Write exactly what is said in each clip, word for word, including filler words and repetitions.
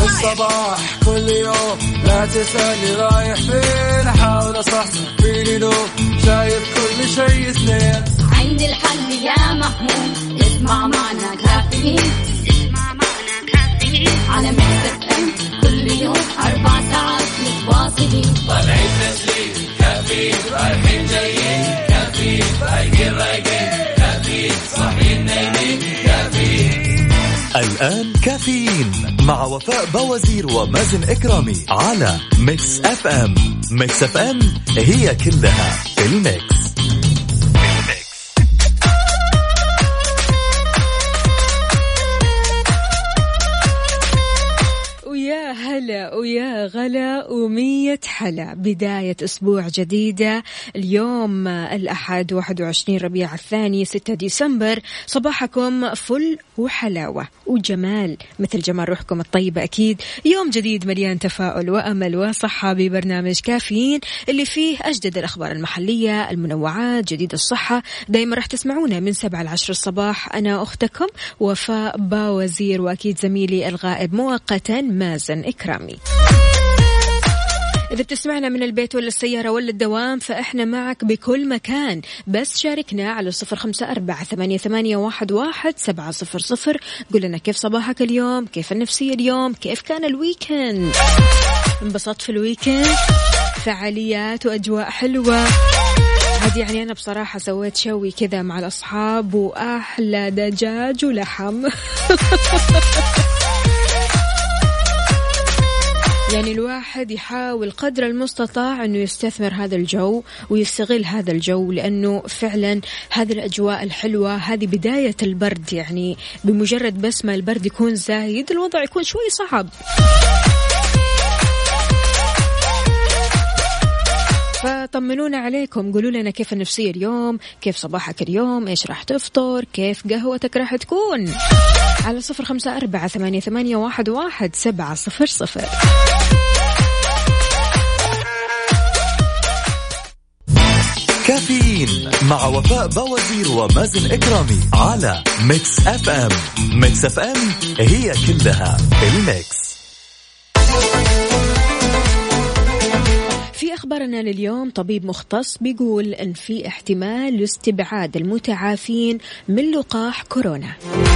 الصباح كل يوم لا تسألني رايح فين أحاول أصحصح فيني لو شايف كل شيء اثنين عندي الحل يا محمود اسمع معنا كافيين اسمع معنا كافيين على ميكس اف ام كل يوم أربع ساعات متواصلين طالعين تسليم كافيين رايحين جايين كافيين رايقين رايقين كافيين صاحيين نايمين كافيين. الآن كافيين مع وفاء بوازير ومازن إكرامي على ميكس اف ام. ميكس اف ام هي كلها في الميكس. ويا هلا ويا غلا ومية حلا، بداية أسبوع جديدة. اليوم الأحد واحد وعشرين ربيع الثاني ستة ديسمبر. صباحكم فل وحلاوة وجمال مثل جمال روحكم الطيبة. أكيد يوم جديد مليان تفاؤل وأمل وصحة ببرنامج كافيين اللي فيه أجدد الأخبار المحلية، المنوعات، جديد الصحة. دايما رح تسمعونا من سبعة لعشر الصباح. أنا أختكم وفاء باوزير، وأكيد زميلي الغائب مؤقتا مازن إكرامي. إذا بتسمعنا من البيت ولا السيارة ولا الدوام فإحنا معك بكل مكان، بس شاركنا على صفر خمسة أربعة ثمانية ثمانية واحد واحد سبعة صفر صفر. قل لنا كيف صباحك اليوم، كيف النفسية اليوم، كيف كان الويكند، انبسطت في الويكند، فعاليات وأجواء حلوة. عادي يعني أنا بصراحة سويت شوي كذا مع الأصحاب وأحلى دجاج ولحم. يعني الواحد يحاول قدر المستطاع أنه يستثمر هذا الجو ويستغل هذا الجو، لأنه فعلا هذه الأجواء الحلوة هذه بداية البرد. يعني بمجرد بس ما البرد يكون زايد الوضع يكون شوي صعب. فطمنونا عليكم، قولوا لنا كيف النفسية اليوم، كيف صباحك اليوم، إيش راح تفطر، كيف قهوتك راح تكون، على صفر خمسة أربعة ثمانية ثمانية واحد واحد سبعة صفر صفر. كافيين مع وفاء بوازير ومازن إكرامي على ميكس اف ام. ميكس اف ام هي كلها الميكس. في أخبارنا لليوم طبيب مختص بيقول أن في احتمال لاستبعاد المتعافين من لقاح كورونا.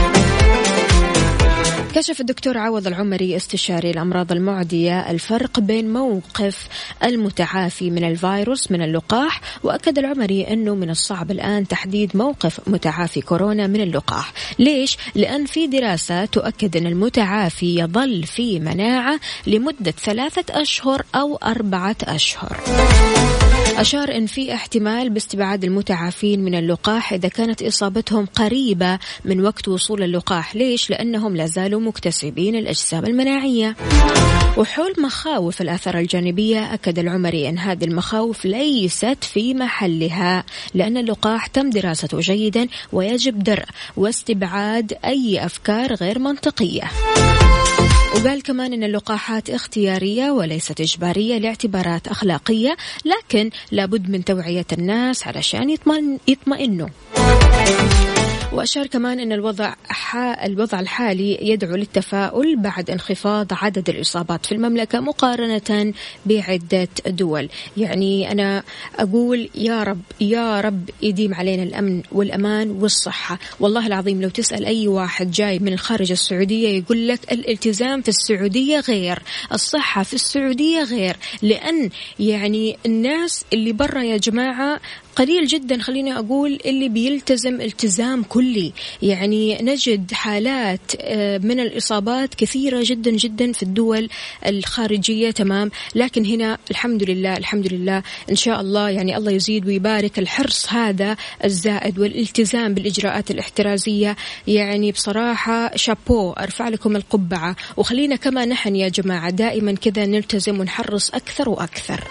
كشف الدكتور عوض العمري استشاري الأمراض المعدية الفرق بين موقف المتعافي من الفيروس من اللقاح، وأكد العمري أنه من الصعب الآن تحديد موقف متعافي كورونا من اللقاح. ليش؟ لأن في دراسة تؤكد أن المتعافي يظل في مناعة لمدة ثلاثة أشهر أو أربعة أشهر. أشار أن في احتمال باستبعاد المتعافين من اللقاح إذا كانت إصابتهم قريبة من وقت وصول اللقاح. ليش؟ لأنهم لازالوا مكتسبين الأجسام المناعية. وحول مخاوف الآثار الجانبية أكد العمري أن هذه المخاوف ليست في محلها، لأن اللقاح تم دراسته جيدا ويجب درء واستبعاد أي أفكار غير منطقية. وقال كمان أن اللقاحات اختيارية وليست إجبارية لاعتبارات أخلاقية، لكن لابد من توعية الناس علشان يطمئن يطمئنوا. وأشار كمان أن الوضع الوضع الحالي يدعو للتفاؤل بعد انخفاض عدد الإصابات في المملكة مقارنة بعدة دول. يعني أنا أقول يا رب يا رب يديم علينا الأمن والأمان والصحة. والله العظيم لو تسأل أي واحد جاي من الخارج السعودية يقول لك الالتزام في السعودية غير، الصحة في السعودية غير، لأن يعني الناس اللي برا يا جماعة قليل جدا، خليني أقول اللي بيلتزم التزام كلي. يعني نجد حالات من الإصابات كثيرة جدا جدا في الدول الخارجية، تمام، لكن هنا الحمد لله الحمد لله إن شاء الله يعني الله يزيد ويبارك. الحرص هذا الزائد والالتزام بالإجراءات الاحترازية يعني بصراحة شابو، أرفع لكم القبعة. وخلينا كما نحن يا جماعة دائما كذا نلتزم ونحرص أكثر وأكثر.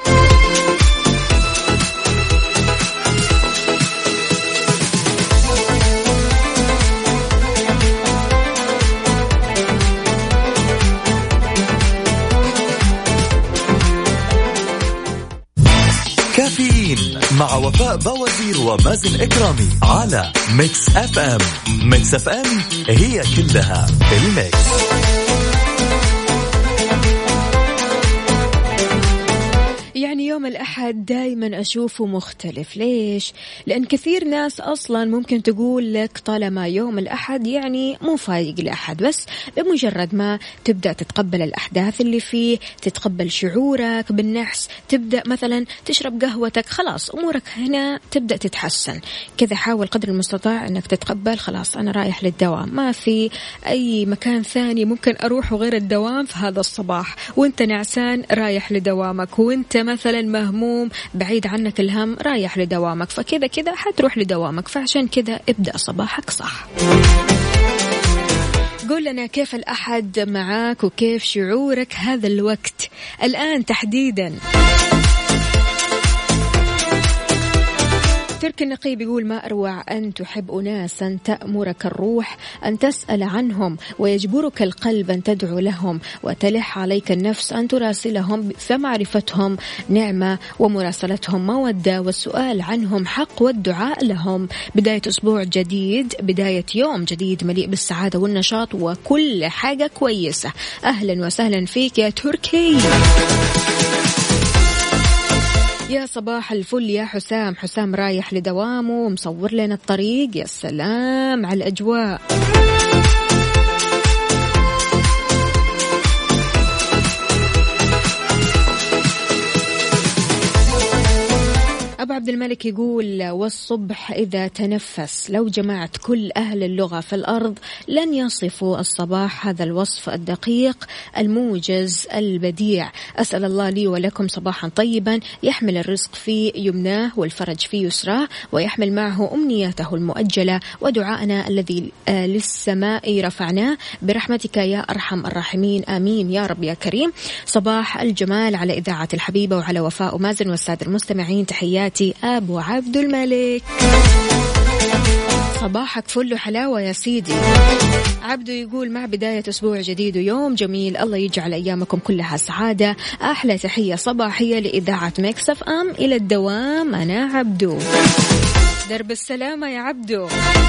كافيين مع وفاء بوازير ومازن إكرامي على ميكس اف ام. ميكس اف ام هي كلها الميكس. يوم الأحد دايما أشوفه مختلف. ليش؟ لأن كثير ناس أصلا ممكن تقول لك طالما يوم الأحد يعني مو فايق لأحد، بس بمجرد ما تبدأ تتقبل الأحداث اللي فيه، تتقبل شعورك بالنحس، تبدأ مثلا تشرب قهوتك، خلاص أمورك هنا تبدأ تتحسن. كذا حاول قدر المستطاع أنك تتقبل خلاص أنا رايح للدوام، ما في أي مكان ثاني ممكن أروح غير الدوام في هذا الصباح، وانت نعسان رايح لدوامك، وانت مثلا مهموم بعيد عنك الهم رايح لدوامك، فكذا كذا حتروح لدوامك. فعشان كذا ابدأ صباحك صح. قول لنا كيف الأحد معاك وكيف شعورك هذا الوقت الآن تحديدا. ترك النقيب يقول ما أروع أن تحب أناسا تأمرك الروح أن تسأل عنهم، ويجبرك القلب أن تدعو لهم، وتلح عليك النفس أن تراسلهم، فمعرفتهم نعمة ومراسلتهم مودة، والسؤال عنهم حق والدعاء لهم. بداية أسبوع جديد، بداية يوم جديد مليء بالسعادة والنشاط وكل حاجة كويسة. أهلا وسهلا فيك يا تركي. يا صباح الفل يا حسام. حسام رايح لدوامه ومصور لنا الطريق. يا سلام على الأجواء. أبو عبد الملك يقول والصبح إذا تنفس لو جمعت كل أهل اللغة في الأرض لن يصفوا الصباح هذا الوصف الدقيق الموجز البديع. أسأل الله لي ولكم صباحا طيبا يحمل الرزق في يمناه والفرج في يسراه، ويحمل معه أمنياته المؤجلة ودعاءنا الذي للسماء رفعناه برحمتك يا أرحم الراحمين آمين يا رب يا كريم. صباح الجمال على إذاعة الحبيبة وعلى وفاء ومازن والسادة المستمعين. تحياتي أبو عبد الملك. صباحك فل حلاوة يا سيدي. عبدو يقول مع بداية أسبوع جديد ويوم جميل الله يجعل أيامكم كلها سعادة. أحلى تحية صباحية لإذاعة ميكس اف ام إلى الدوام. أنا عبدو. درب السلامة يا عبدو.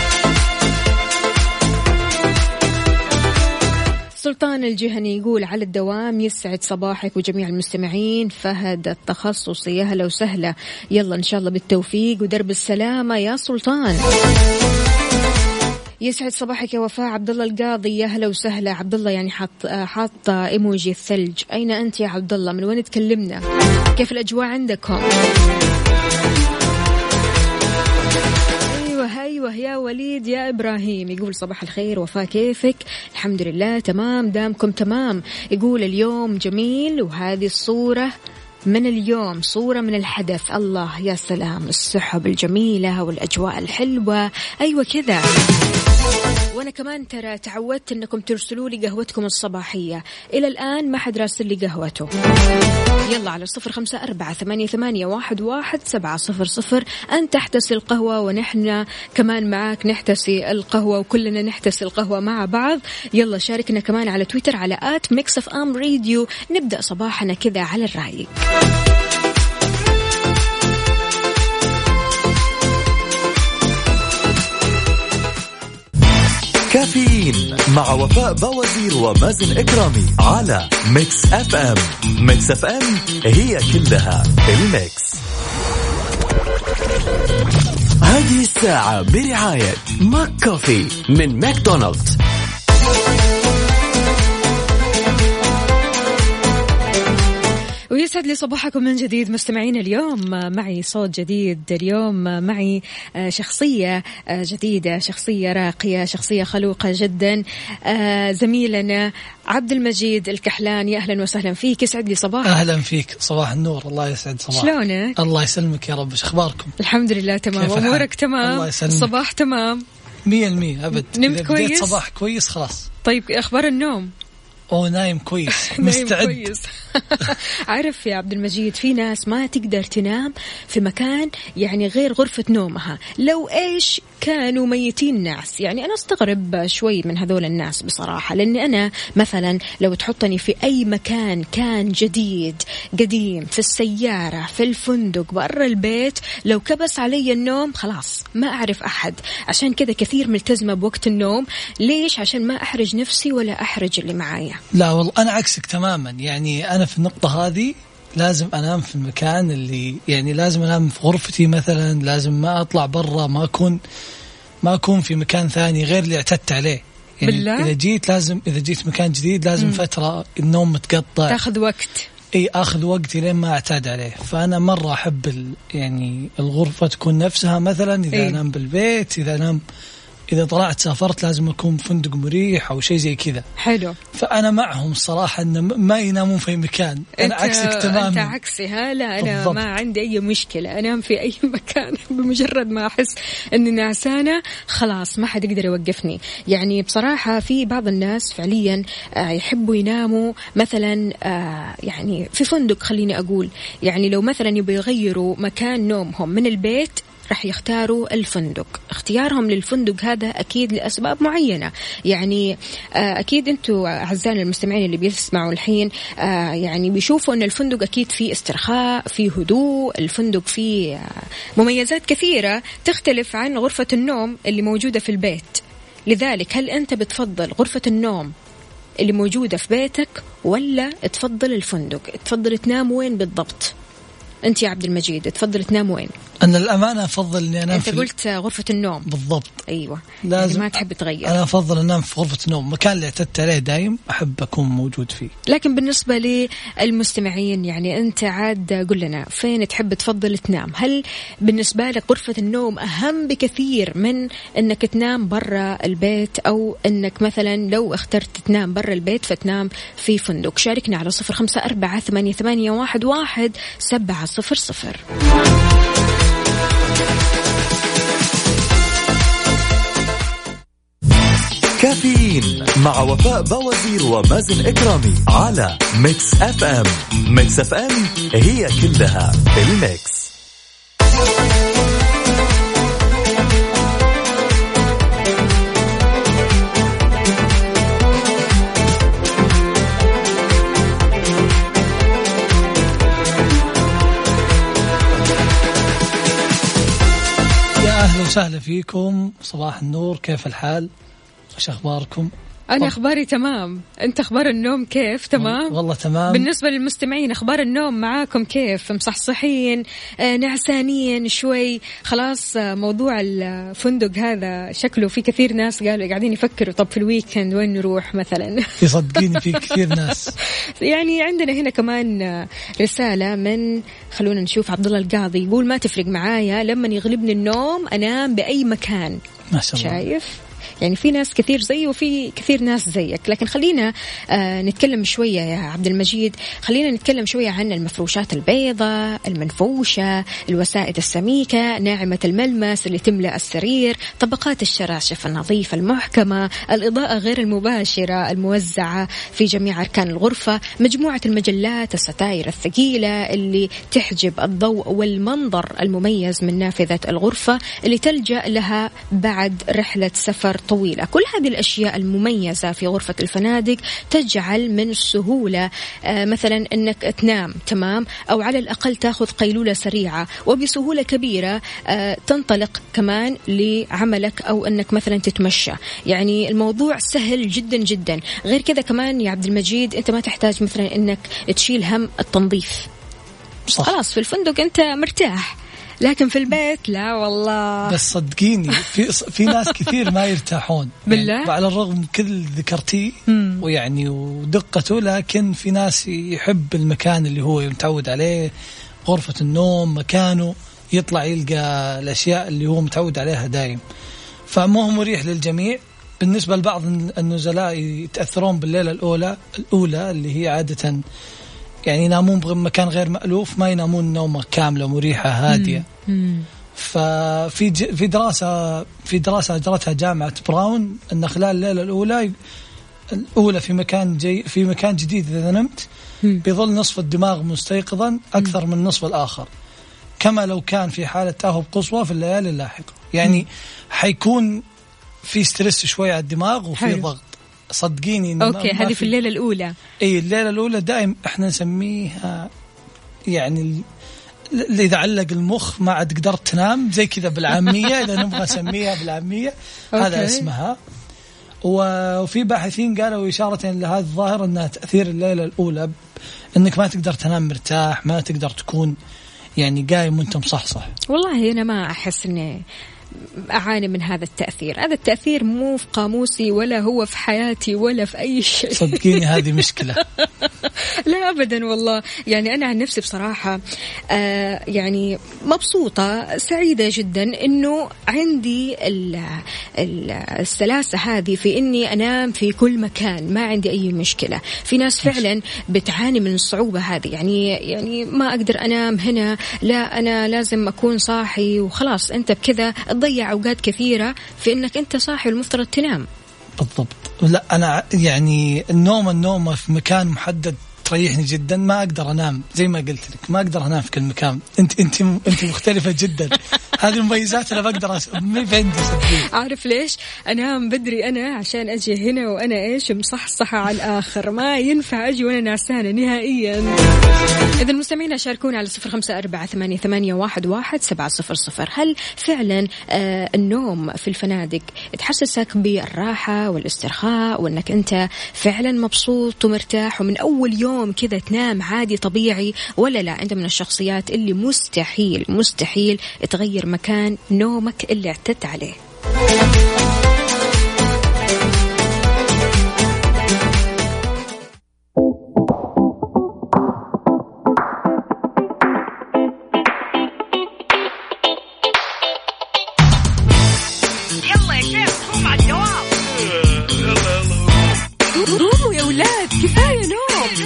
سلطان الجهني يقول على الدوام يسعد صباحك وجميع المستمعين. فهد التخصصي يا هلا وسهلا، يلا إن شاء الله بالتوفيق ودرب السلامة يا سلطان. يسعد صباحك يا وفاء. عبد الله القاضي يا هلا وسهلا. عبد الله يعني حط حط ايموجي الثلج. أين أنت يا عبد الله؟ من وين تكلمنا؟ كيف الأجواء عندكم؟ أيوة يا وليد يا إبراهيم يقول صباح الخير وفاء كيفك؟ الحمد لله تمام دامكم تمام. يقول اليوم جميل وهذه الصورة من اليوم صورة من الحدث. الله يا سلام، السحب الجميلة والأجواء الحلوة. أيوة كذا. وأنا كمان ترى تعودت أنكم ترسلوا لي قهوتكم الصباحية، إلى الآن ما حد راسل لي قهوته. يلا على صفر خمسة أربعة ثمانية ثمانية واحد واحد سبعة صفر صفر أن تحتسي القهوة، ونحن كمان معاك نحتسي القهوة وكلنا نحتسي القهوة مع بعض. يلا شاركنا كمان على تويتر على آت ميكس اف ام راديو. نبدأ صباحنا كذا على الرايق. كافيين مع وفاء بوازير ومازن إكرامي على ميكس اف ام. ميكس اف ام هي كلها الميكس. هذه الساعة برعاية ماك كوفي من ماكدونالدز. ويسعد لي صباحكم من جديد مستمعين. اليوم معي صوت جديد، اليوم معي شخصية جديدة، شخصية راقية، شخصية خلوقة جدا. زميلنا عبد المجيد الكحلاني، أهلا وسهلا فيك. يسعد لي صباحك. أهلا فيك، صباح النور. الله يسعد صباحك. شلونك؟ الله يسلمك يا رب. أخباركم؟ الحمد لله تمام. أمورك تمام؟ الله يسلمك. الصباح تمام مية المية أبد. نمت كويس؟ صباح كويس خلاص. طيب أخبار النوم؟ أو نايم كويس مستعد. نايم كويس. عارف يا عبد المجيد في ناس ما تقدر تنام في مكان يعني غير غرفة نومها، لو إيش كانوا ميتين ناس. يعني أنا استغرب شوي من هذول الناس بصراحة، لأني أنا مثلا لو تحطني في أي مكان كان جديد قديم، في السيارة، في الفندق، برا البيت، لو كبس علي النوم خلاص ما أعرف أحد. عشان كذا كثير ملتزمة بوقت النوم. ليش؟ عشان ما أحرج نفسي ولا أحرج اللي معايا. لا والله أنا عكسك تماما. يعني أنا في النقطة هذه لازم أنام في المكان اللي يعني لازم أنام في غرفتي مثلا، لازم ما أطلع برا، ما أكون ما أكون في مكان ثاني غير اللي اعتدت عليه. يعني بالله؟ إذا جيت لازم إذا جيت مكان جديد لازم م. فترة النوم متقطع، تاخذ وقت. اي اخذ وقتي لين ما اعتاد عليه. فانا مره احب ال... يعني الغرفه تكون نفسها مثلا اذا إيه؟ انام بالبيت، اذا انام اذا طلعت سافرت لازم اكون فندق مريح او شيء زي كذا. حلو. فانا معهم الصراحه ان ما ينامون في مكان. انا عكسك تماما. انت عكسي. ها لا انا بالضبط. ما عندي اي مشكله انام في اي مكان بمجرد ما احس اني نعسانه خلاص ما حد يقدر يوقفني. يعني بصراحه في بعض الناس فعليا يحبوا يناموا مثلا يعني في فندق، خليني اقول يعني لو مثلا يبغوا يغيروا مكان نومهم من البيت رح يختاروا الفندق. اختيارهم للفندق هذا أكيد لأسباب معينة. يعني أكيد أنتوا أعزائنا المستمعين اللي بيسمعوا الحين يعني بيشوفوا أن الفندق أكيد فيه استرخاء، فيه هدوء، الفندق فيه مميزات كثيرة تختلف عن غرفة النوم اللي موجودة في البيت. لذلك هل أنت بتفضل غرفة النوم اللي موجودة في بيتك ولا تفضل الفندق؟ تفضل تنام وين بالضبط؟ أنت يا عبد المجيد تفضل تنام وين؟ أنا الأمانة أفضل إني أنام. أنت قلت غرفة النوم. بالضبط. أيوة. لازم. يعني ما تحب تغير. أنا أفضل أنام في غرفة النوم، مكان اللي اعتدت عليه دايم أحب أكون موجود فيه. لكن بالنسبة للمستمعين يعني أنت عاد قل لنا فين تحب تفضل تنام؟ هل بالنسبة لك غرفة النوم أهم بكثير من أنك تنام برا البيت، أو أنك مثلا لو اخترت تنام برا البيت فتنام في فندق؟ شاركنا على صفر خمسة أربعة ثمانية ثمانية واحد واحد سبعة صفر صفر. كافيين مع وفاء بوازير ومازن إكرامي على ميكس اف ام. ميكس اف ام هي كلها الميكس. يا أهلا وسهلا فيكم، صباح النور، كيف الحال؟ ايش اخباركم؟ انا اخباري تمام. انت اخبار النوم كيف؟ تمام والله تمام. بالنسبه للمستمعين اخبار النوم معاكم كيف؟ مصحصحين آه، نعسانين شوي؟ خلاص آه، موضوع الفندق هذا شكله في كثير ناس قالوا قاعدين يفكروا طب في الويكند وين نروح مثلا. يصدقيني في كثير ناس. يعني عندنا هنا كمان آه، رساله من خلونا نشوف عبد الله القاضي يقول ما تفرق معايا لما يغلبني النوم انام باي مكان. ما شاء الله. شايف يعني في ناس كثير زي وفي كثير ناس زيك. لكن خلينا آه نتكلم شوية يا عبد المجيد، خلينا نتكلم شوية عن المفروشات البيضاء المنفوشة، الوسائد السميكة ناعمة الملمس اللي تملأ السرير، طبقات الشراشف النظيفة المحكمة، الإضاءة غير المباشرة الموزعة في جميع أركان الغرفة، مجموعة المجلات، الستائر الثقيلة اللي تحجب الضوء والمنظر المميز من نافذة الغرفة اللي تلجأ لها بعد رحلة سفر طويلة. كل هذه الأشياء المميزة في غرفة الفنادق تجعل من السهولة آه مثلا أنك تنام تمام، أو على الأقل تأخذ قيلولة سريعة، وبسهولة كبيرة آه تنطلق كمان لعملك أو أنك مثلا تتمشى. يعني الموضوع سهل جدا جدا. غير كذا كمان يا عبد المجيد أنت ما تحتاج مثلا أنك تشيل هم التنظيف. صح. خلاص في الفندق أنت مرتاح، لكن في البيت لا والله. بس صدقيني في في ناس كثير ما يرتاحون بالله يعني على الرغم من كل ذكرتيه ويعني ودقته، لكن في ناس يحب المكان اللي هو متعود عليه، غرفة النوم مكانه، يطلع يلقى الأشياء اللي هو متعود عليها دايم، فمو هو مريح للجميع. بالنسبة لبعض النزلاء يتأثرون بالليلة الأولى الأولى اللي هي عادة يعني ينامون بمكان غير مألوف، ما ينامون نومة كاملة مريحة هادية. مم. ففي في دراسة في دراسة أجرتها جامعة براون أن خلال الليلة الأولى الأولى في مكان جي في مكان جديد إذا نمت مم. بيظل نصف الدماغ مستيقظا أكثر مم. من النصف الآخر، كما لو كان في حالة تأهب قصوى في الليالي اللاحقة. يعني مم. حيكون في ستريس شوي على الدماغ وفي حلو. ضغط. صدقيني. أوكي هذه في الليلة الأولى. إيه الليلة الأولى دائم إحنا نسميها يعني اللي إذا علق المخ ما عاد قدرت تنام زي كذا بالعامية. إذا نبغى نسميها بالعامية هذا اسمها. وفي باحثين قالوا إشارة لهذه الظاهرة أنها تأثير الليلة الأولى، أنك ما تقدر تنام مرتاح، ما تقدر تكون يعني قايم وانت مصحصح. والله أنا ما أحس أني أعاني من هذا التأثير. هذا التأثير مو في قاموسي ولا هو في حياتي ولا في أي شيء. صدقيني هذه مشكلة. لا أبدا والله. يعني أنا عن نفسي بصراحة آه يعني مبسوطة سعيدة جدا إنه عندي ال ال السلاسة هذه في إني أنام في كل مكان، ما عندي أي مشكلة. في ناس فعلا بتعاني من الصعوبة هذه، يعني يعني ما أقدر أنام هنا، لا أنا لازم أكون صاحي وخلاص. أنت بكذا تضيع أوقات كثيرة في إنك أنت صاحي والمفترض تنام. بالضبط. لا أنا يعني النوم النوم في مكان محدد تريحني جدا، ما أقدر أنام زي ما قلت لك، ما أقدر أنام في كل مكان. أنت أنت أنت مختلفة جدا. هذه المميزات أنا بقدر أس... ما في عندي صدقني. عارف ليش أنام بدري أنا؟ عشان أجي هنا وأنا إيش مصحصحة على الآخر، ما ينفع أجي وأنا نعسانة نهائيا. إذا المستمعين شاركونا على صفر خمسة أربعة ثمانية ثمانية واحد واحد سبعة صفر صفر. هل فعلا آه النوم في الفنادق تحسسك بالراحة والاسترخاء وأنك أنت فعلا مبسوط ومرتاح ومن أول يوم كذا تنام عادي طبيعي، ولا لا أنت من الشخصيات اللي مستحيل مستحيل تغير مكان نومك اللي اعتدت عليه؟ يلا يا شيخ قوم على الدوام. قوموا يا ولاد كفاية نوم.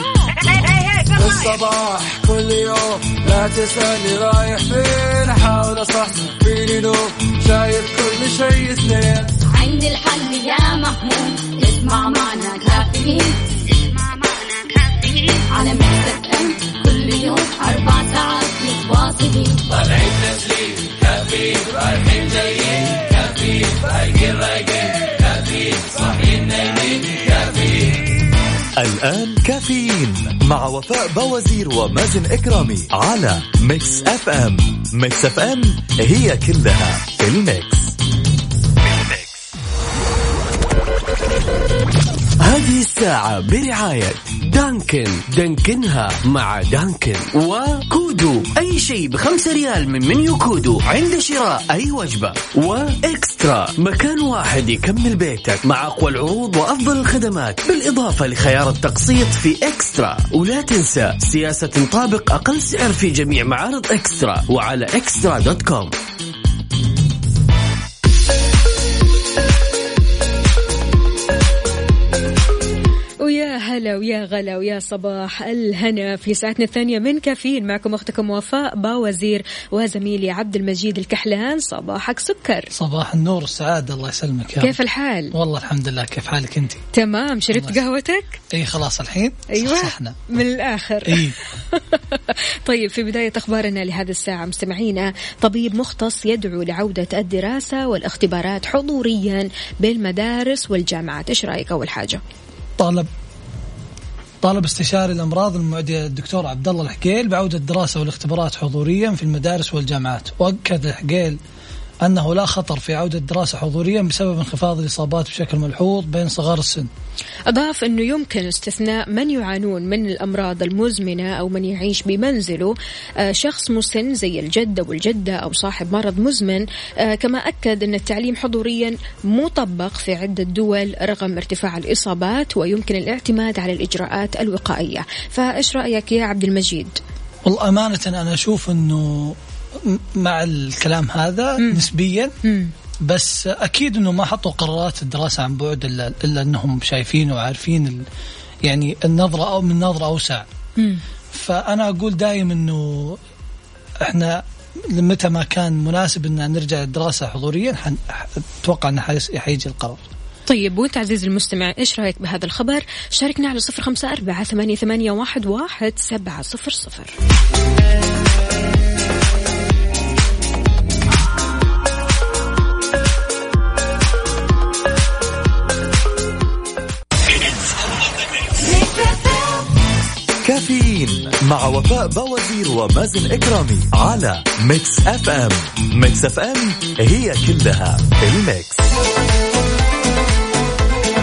الصباح كل يوم لا تسألني رايح فين، أحاول أصحصح فيني نوم شايف كل شيء اثنين. عندي الحل يا محمود، اسمع معنا كافيين، اسمع معنا كافيين على ميكس اف ام كل يوم أربع ساعات متواصلين. طالعين تسليم كافيين رايحين جايين كافيين رايقين رايقين كافيين صاحيين نايمين كافيين. الآن كافيين مع وفاء بوازير ومازن إكرامي على ميكس اف ام. ميكس اف ام هي كلها في الميكس. هذه الساعة برعاية دانكن، دانكنها مع دانكن، وكودو، أي شيء بخمسة ريال من منيو كودو عند شراء أي وجبة، وإكسترا، مكان واحد يكمل بيتك مع أقوى العروض وأفضل الخدمات بالإضافة لخيار التقسيط في إكسترا. ولا تنسى سياسة تنطبق أقل سعر في جميع معارض إكسترا وعلى إكسترا دوت كوم. ويا هلا ويا غلا ويا صباح الهنا في ساعتنا الثانية من كافيين. معكم أختكم وفاء باوزير وزميلي عبد المجيد الكحلان. صباحك سكر. صباح النور والسعادة. الله يسلمك يا كيف الحال؟ والله الحمد لله. كيف حالك أنت؟ تمام. شربت قهوتك؟ اي خلاص الحين. أيوة صحنا من الآخر. اي. طيب في بداية أخبارنا لهذه الساعة مستمعينا، طبيب مختص يدعو لعودة الدراسة والاختبارات حضوريا بالمدارس والجامعات. إيش رأيك؟ أول حاجة طالب طالب استشاري الأمراض المعدية الدكتور عبد الله الحقيل بعودة الدراسة والاختبارات حضوريا في المدارس والجامعات. وأكد الحقيل أنه لا خطر في عودة الدراسة حضوريا بسبب انخفاض الإصابات بشكل ملحوظ بين صغار السن. أضاف أنه يمكن استثناء من يعانون من الأمراض المزمنة أو من يعيش بمنزله شخص مسن زي الجدة والجدة أو صاحب مرض مزمن. كما أكد أن التعليم حضوريا مطبق في عدة دول رغم ارتفاع الإصابات ويمكن الاعتماد على الإجراءات الوقائية. فإيش رأيك يا عبد المجيد؟ والله أمانة أنا أشوف أنه مع الكلام هذا م. نسبيا م. بس أكيد أنه ما حطوا قرارات الدراسة عن بعد إلا, إلا أنهم شايفين وعارفين ال... يعني النظرة أو من نظرة أوسع. م. فأنا أقول دائما أنه إحنا متى ما كان مناسب أن نرجع الدراسة حضوريا حن... أتوقع أنه حيجي القرار. طيب وانت عزيز المستمع ايش رايك بهذا الخبر؟ شاركنا على صفر خمسة أربعة ثمانية ثمانية واحد واحد سبعة صفر صفر. كافيين مع وفاء بوازير ومازن إكرامي على ميكس اف ام. ميكس اف ام هي كلها في الميكس.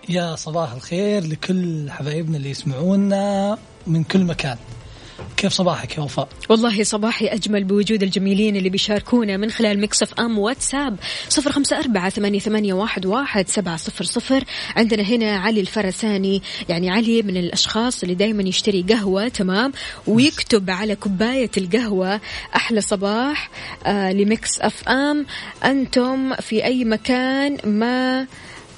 يا صباح الخير لكل حبايبنا اللي يسمعونا من كل مكان. كيف صباحك يا وفاء؟ والله صباحي أجمل بوجود الجميلين اللي بيشاركونا من خلال ميكس اف ام واتساب صفر خمسة أربعة ثمانية ثمانية واحد واحد سبعة صفر صفر. عندنا هنا علي الفرساني، يعني علي من الأشخاص اللي دايما يشتري قهوة تمام ويكتب على كوباية القهوة أحلى صباح آه لميكس اف ام، أنتم في أي مكان ما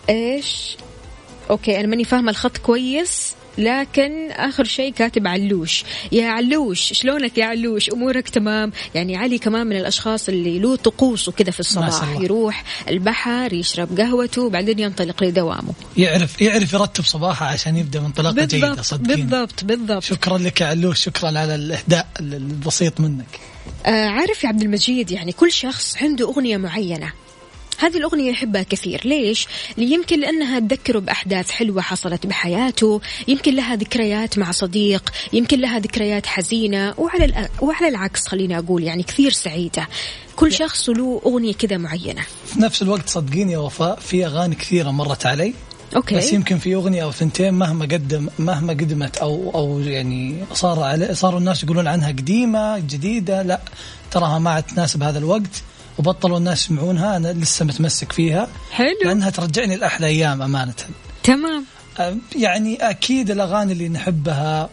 إيش. أوكي أنا ماني فاهمة الخط كويس، لكن آخر شيء كاتب علوش. يا علوش شلونك يا علوش؟ أمورك تمام؟ يعني علي كمان من الأشخاص اللي له طقوس وكذا في الصباح، يروح البحر يشرب قهوته وبعدين ينطلق لدوامه. يعرف يعرف يرتب صباحه عشان يبدأ منطلقة جيدة. صدقين بالضبط بالضبط. شكرا لك يا علوش، شكرا على الإهداء البسيط منك. آه عارف يا عبد المجيد، يعني كل شخص عنده أغنية معينة، هذه الأغنية يحبها كثير. ليش؟ يمكن لأنها تذكره بأحداث حلوة حصلت بحياته، يمكن لها ذكريات مع صديق، يمكن لها ذكريات حزينة، وعلى وعلى العكس خلينا أقول يعني كثير سعيدة. كل شخص له أغنية كذا معينة. في نفس الوقت صدقيني يا وفاء في أغاني كثيرة مرت علي، أوكي. بس يمكن في أغنية أو ثنتين مهما قدم مهما قدمت أو أو يعني صار على صاروا الناس يقولون عنها قديمة جديدة، لا تراها ما عاد تناسب هذا الوقت وبطلوا الناس يسمعونها. أنا لسه متمسك فيها. حلو. لأنها ترجعني لأحلى أيام أمانة. تمام. يعني أكيد الأغاني اللي نحبها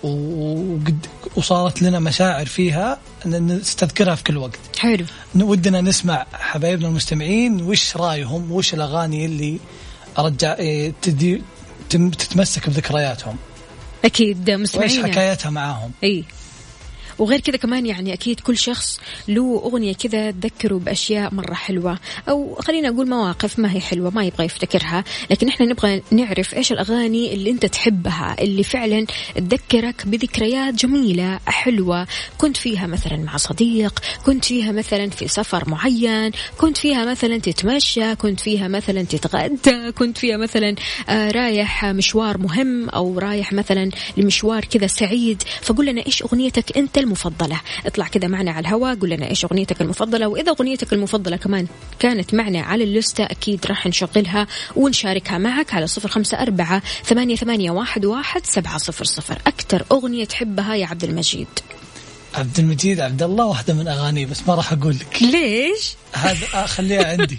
وقد وصارت لنا مشاعر فيها نستذكرها في كل وقت. حلو. ودنا نسمع حبايبنا المستمعين وش رأيهم، وش الأغاني اللي رجع تدي تتمسك بذكرياتهم. أكيد مستمعين. وإيش حكايتها معاهم. إيه. وغير كذا كمان يعني أكيد كل شخص له أغنية كذا تذكره بأشياء مرة حلوة، أو خلينا أقول مواقف ما هي حلوة ما يبغى يفتكرها، لكن إحنا نبغى نعرف إيش الأغاني اللي أنت تحبها اللي فعلا تذكرك بذكريات جميلة حلوة كنت فيها مثلا مع صديق، كنت فيها مثلا في سفر معين، كنت فيها مثلا تتمشى، كنت فيها مثلا تتغدى، كنت فيها مثلا آه رايح مشوار مهم أو رايح مثلا لمشوار كذا سعيد. فقول لنا إيش أغنيتك أنت المفضلة، اطلع كده معنا على الهواء قول لنا إيش أغنيتك المفضلة، وإذا أغنيتك المفضلة كمان كانت معنا على الليستة أكيد راح نشغلها ونشاركها معك على صفر خمسة أربعة ثمانية ثمانية واحد واحد سبعة صفر صفر. أكتر أغنية تحبها يا عبد المجيد؟ عبد المجيد عبد الله واحدة من أغانيه بس ما راح أقول لك. ليش؟ هذا خليها عندي.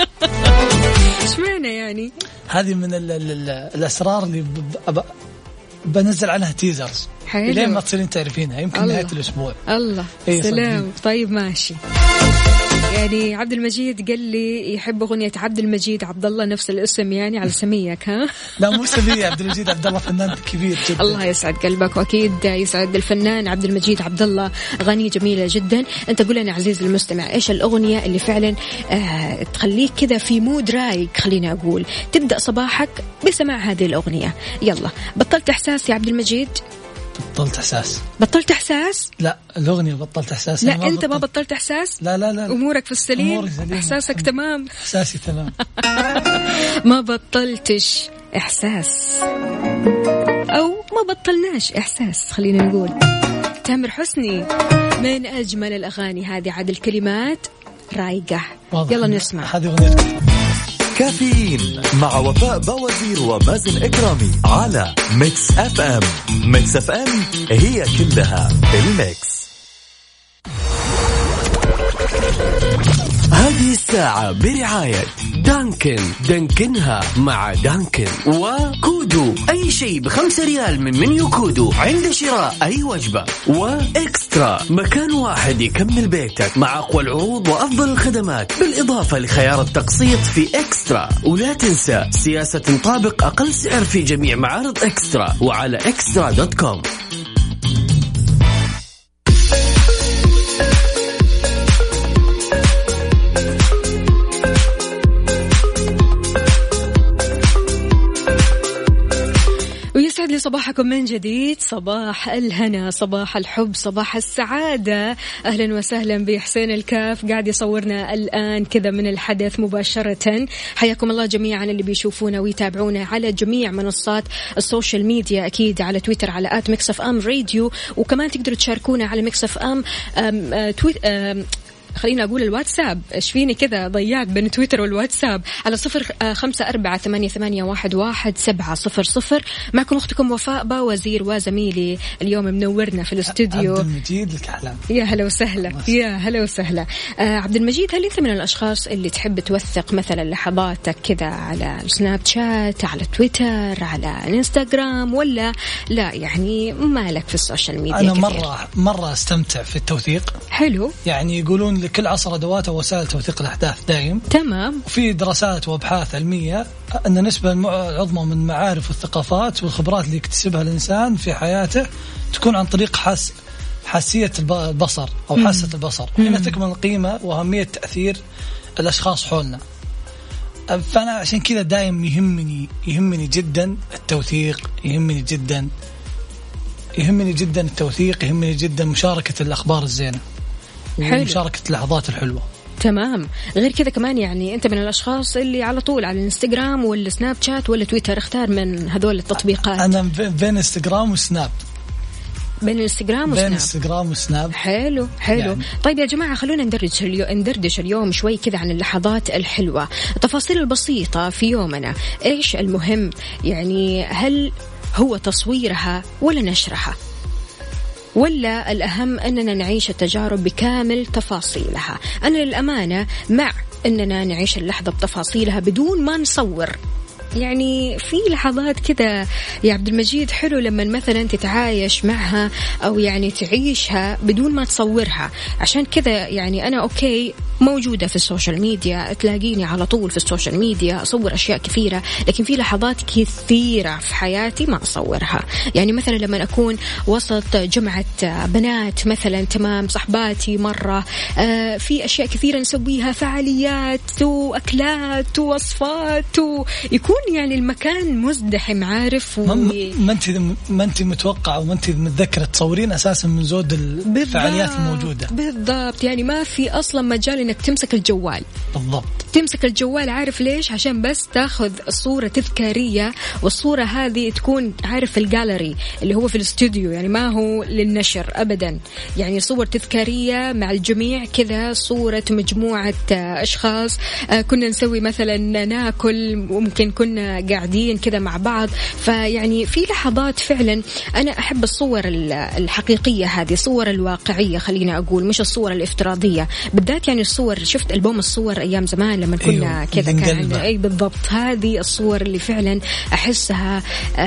إيش معنى يعني؟ هذه من ال ال ال الأسرار اللي ب بنزل عنها تيزرز لين ما تصيرين تعرفينها، يمكن نهاية الأسبوع. الله سلام. طيب ماشي. يعني عبد المجيد قال لي يحب أغنية عبد المجيد عبد الله نفس الاسم يعني على سميك ها؟ لا مو سمية، عبد المجيد عبد الله فنان كبير جدا. الله يسعد قلبك، وأكيد يسعد الفنان عبد المجيد عبد الله، أغاني جميلة جدا. أنت قول لنا عزيز المستمع إيش الأغنية اللي فعلا آه تخليك كذا في مود رايق، خلينا أقول تبدأ صباحك بسماع هذه الأغنية. يلا بطلت إحساس يا عبد المجيد؟ بطلت إحساس. بطلت إحساس؟ لا الأغنية بطلت إحساس. لا أنت ما بطلت إحساس؟ لا لا لا أمورك في السليم؟ إحساسك تمام؟ إحساسي تمام. ما بطلتش إحساس أو ما بطلناش إحساس خلينا نقول. تامر حسني من أجمل الأغاني هذه، عاد الكلمات رايقة. يلا نسمع هذه أغنية كافيين مع وفاء بوازير ومازن إكرامي على ميكس اف ام. ميكس اف ام هي كلها الميكس. هذه الساعة برعاية دانكن، دانكنها مع دانكن، وكودو أي شيء بخمسة ريال من منيو كودو عند شراء أي وجبة، وإكسترا مكان واحد يكمل بيتك مع أقوى العروض وأفضل الخدمات بالإضافة لخيار التقسيط في إكسترا. ولا تنسى سياسة تطابق أقل سعر في جميع معارض إكسترا وعلى إكسترا دوت كوم. ويسعد لي صباحكم من جديد، صباح الهنا، صباح الحب، صباح السعادة. أهلا وسهلا بحسين الكاف قاعد يصورنا الآن كذا من الحدث مباشرة. حياكم الله جميعا اللي بيشوفونا ويتابعونا على جميع منصات السوشيال ميديا، أكيد على تويتر على آت ميكس اف ام راديو، وكمان تقدروا تشاركونا على ميكس اف ام تويت خلينا أقول الواتساب، إيش فيني كذا ضيعت بين تويتر والواتساب على صفر خمسة أربعة ثمانية ثمانية واحد واحد سبعة صفر صفر. معكم أختكم وفاء باوزير وزميلي اليوم منورنا في الاستوديو عبد المجيد لك أحلام. يا هلا وسهلا يا هلا وسهلا. آه عبد المجيد، هل أنت من الأشخاص اللي تحب توثق مثلا لحظاتك كذا على السناب شات، على تويتر، على الانستغرام، ولا لا يعني مالك في السوشيال ميديا؟ أنا كثير. مرة مرة استمتع في التوثيق. حلو. يعني يقولون لكل عصر أدوات ووسائل توثيق الأحداث دايم. تمام. وفي دراسات وأبحاث علمية أن النسبة العظمى من المعارف والثقافات والخبرات اللي يكتسبها الإنسان في حياته تكون عن طريق حس حاسية البصر أو حاسة البصر، حين تكمن القيمة وأهمية تأثير الأشخاص حولنا. فأنا عشان كذا دايم يهمني يهمني جدا التوثيق، يهمني جدا يهمني جدا التوثيق يهمني جدا مشاركة الأخبار الزينة ومشاركة اللحظات الحلوة. تمام. غير كذا كمان يعني أنت من الأشخاص اللي على طول على الانستغرام ولا سناب شات ولا تويتر؟ اختار من هذول التطبيقات. أنا بين انستغرام وسناب. بين الانستغرام وسناب. بين انستغرام وسناب. حلو حلو يعني. طيب يا جماعة خلونا ندردش اليوم ندردش اليوم شوي كذا عن اللحظات الحلوة، التفاصيل البسيطة في يومنا. إيش المهم يعني؟ هل هو تصويرها ولا نشرها، ولا الأهم أننا نعيش التجارب بكامل تفاصيلها؟ أنا للأمانة مع أننا نعيش اللحظة بتفاصيلها بدون ما نصور. يعني في لحظات كده يا عبد المجيد حلو لما مثلا تتعايش معها أو يعني تعيشها بدون ما تصورها. عشان كذا يعني أنا أوكي موجودة في السوشيال ميديا، تلاقيني على طول في السوشيال ميديا أصور أشياء كثيرة، لكن في لحظات كثيرة في حياتي ما أصورها. يعني مثلا لما أكون وسط جمعة بنات مثلا، تمام، صحباتي مرة، آه في أشياء كثيرة نسويها، فعاليات وأكلات ووصفات، ويكون يعني المكان مزدحم، عارف. و... ما انت ما انت متوقعه وما انت متذكره تصورين اساسا من زود الفعاليات الموجوده. بالضبط. يعني ما في اصلا مجال انك تمسك الجوال. بالضبط. تمسك الجوال، عارف ليش؟ عشان بس تاخذ الصوره تذكاريه، والصوره هذه تكون عارف في الجاليري اللي هو في الاستوديو، يعني ما هو للنشر ابدا. يعني صور تذكاريه مع الجميع كذا، صوره مجموعه اشخاص كنا نسوي مثلا ناكل، ممكن كنا قاعدين كذا مع بعض. فيعني في لحظات فعلا أنا أحب الصور الحقيقية هذه، الصور الواقعية خلينا أقول، مش الصور الافتراضية بالذات. يعني الصور، شفت ألبوم الصور أيام زمان لما كنا أيوه كذا كان عندنا، أي بالضبط، هذه الصور اللي فعلا أحسها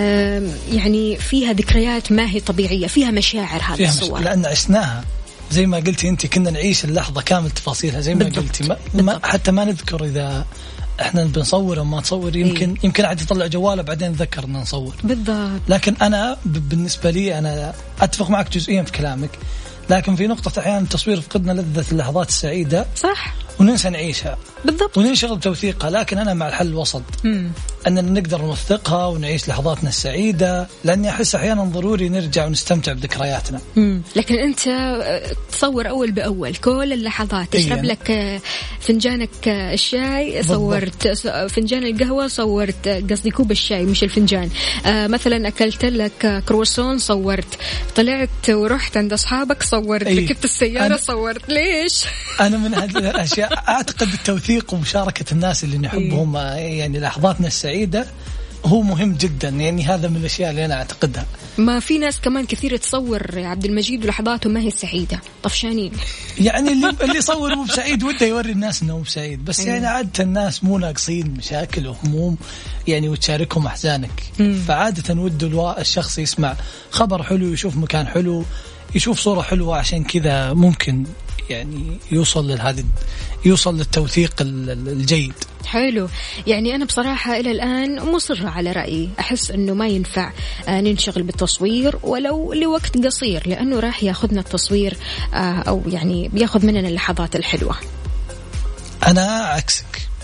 يعني فيها ذكريات ما هي طبيعية، فيها مشاعر هذه الصور، لأن عشناها زي ما قلتي أنت، كنا نعيش اللحظة كامل تفاصيلها زي ما قلتي. ما ما حتى ما نذكر إذا احنا بنصور او ما نصور، يمكن إيه؟ يمكن عاد يطلع جواله بعدين نذكر ان نصور. بالضبط. لكن انا بالنسبه لي انا اتفق معك جزئيا في كلامك، لكن في نقطه احيانا التصوير فقدنا لذه اللحظات السعيده، صح، وننسى نعيشها. بالضبط. وننشغل بتوثيقها. لكن انا مع الحل الوسط، مم. اننا نقدر نوثقها ونعيش لحظاتنا السعيده، لاني احس احيانا ضروري نرجع ونستمتع بذكرياتنا. مم. لكن انت تصور اول باول كل اللحظات، تشرب إيه؟ لك فنجانك الشاي صورت، بالضبط. فنجان القهوه صورت، قصدي كوب الشاي مش الفنجان. آه مثلا اكلت لك كرواسون صورت، طلعت ورحت عند اصحابك صورت، إيه؟ ركبت السياره أنا... صورت. ليش؟ انا من هذه الاشياء اعتقد التوثيق ومشاركة الناس اللي نحبهم، يعني لحظاتنا السعيدة هو مهم جدا. يعني هذا من الأشياء اللي أنا أعتقدها. ما في ناس كمان كثير تصور يا عبد المجيد ولحظاته ما هي سعيدة، طفشانين. يعني اللي اللي يصور مو بسعيد وده يوري الناس إنه مو بسعيد، بس يعني عادة الناس مو ناقصين مشاكل وهموم يعني وتشاركهم أحزانك. فعادة وده الشخص يسمع خبر حلو، يشوف مكان حلو، يشوف صورة حلوة، عشان كذا ممكن يعني يوصل لهذا، يوصل للتوثيق الجيد. حلو. يعني أنا بصراحة إلى الآن مصرة على رأيي، أحس أنه ما ينفع ننشغل بالتصوير ولو لوقت قصير، لأنه راح ياخذنا التصوير أو يعني بياخذ مننا اللحظات الحلوة. أنا عكسك،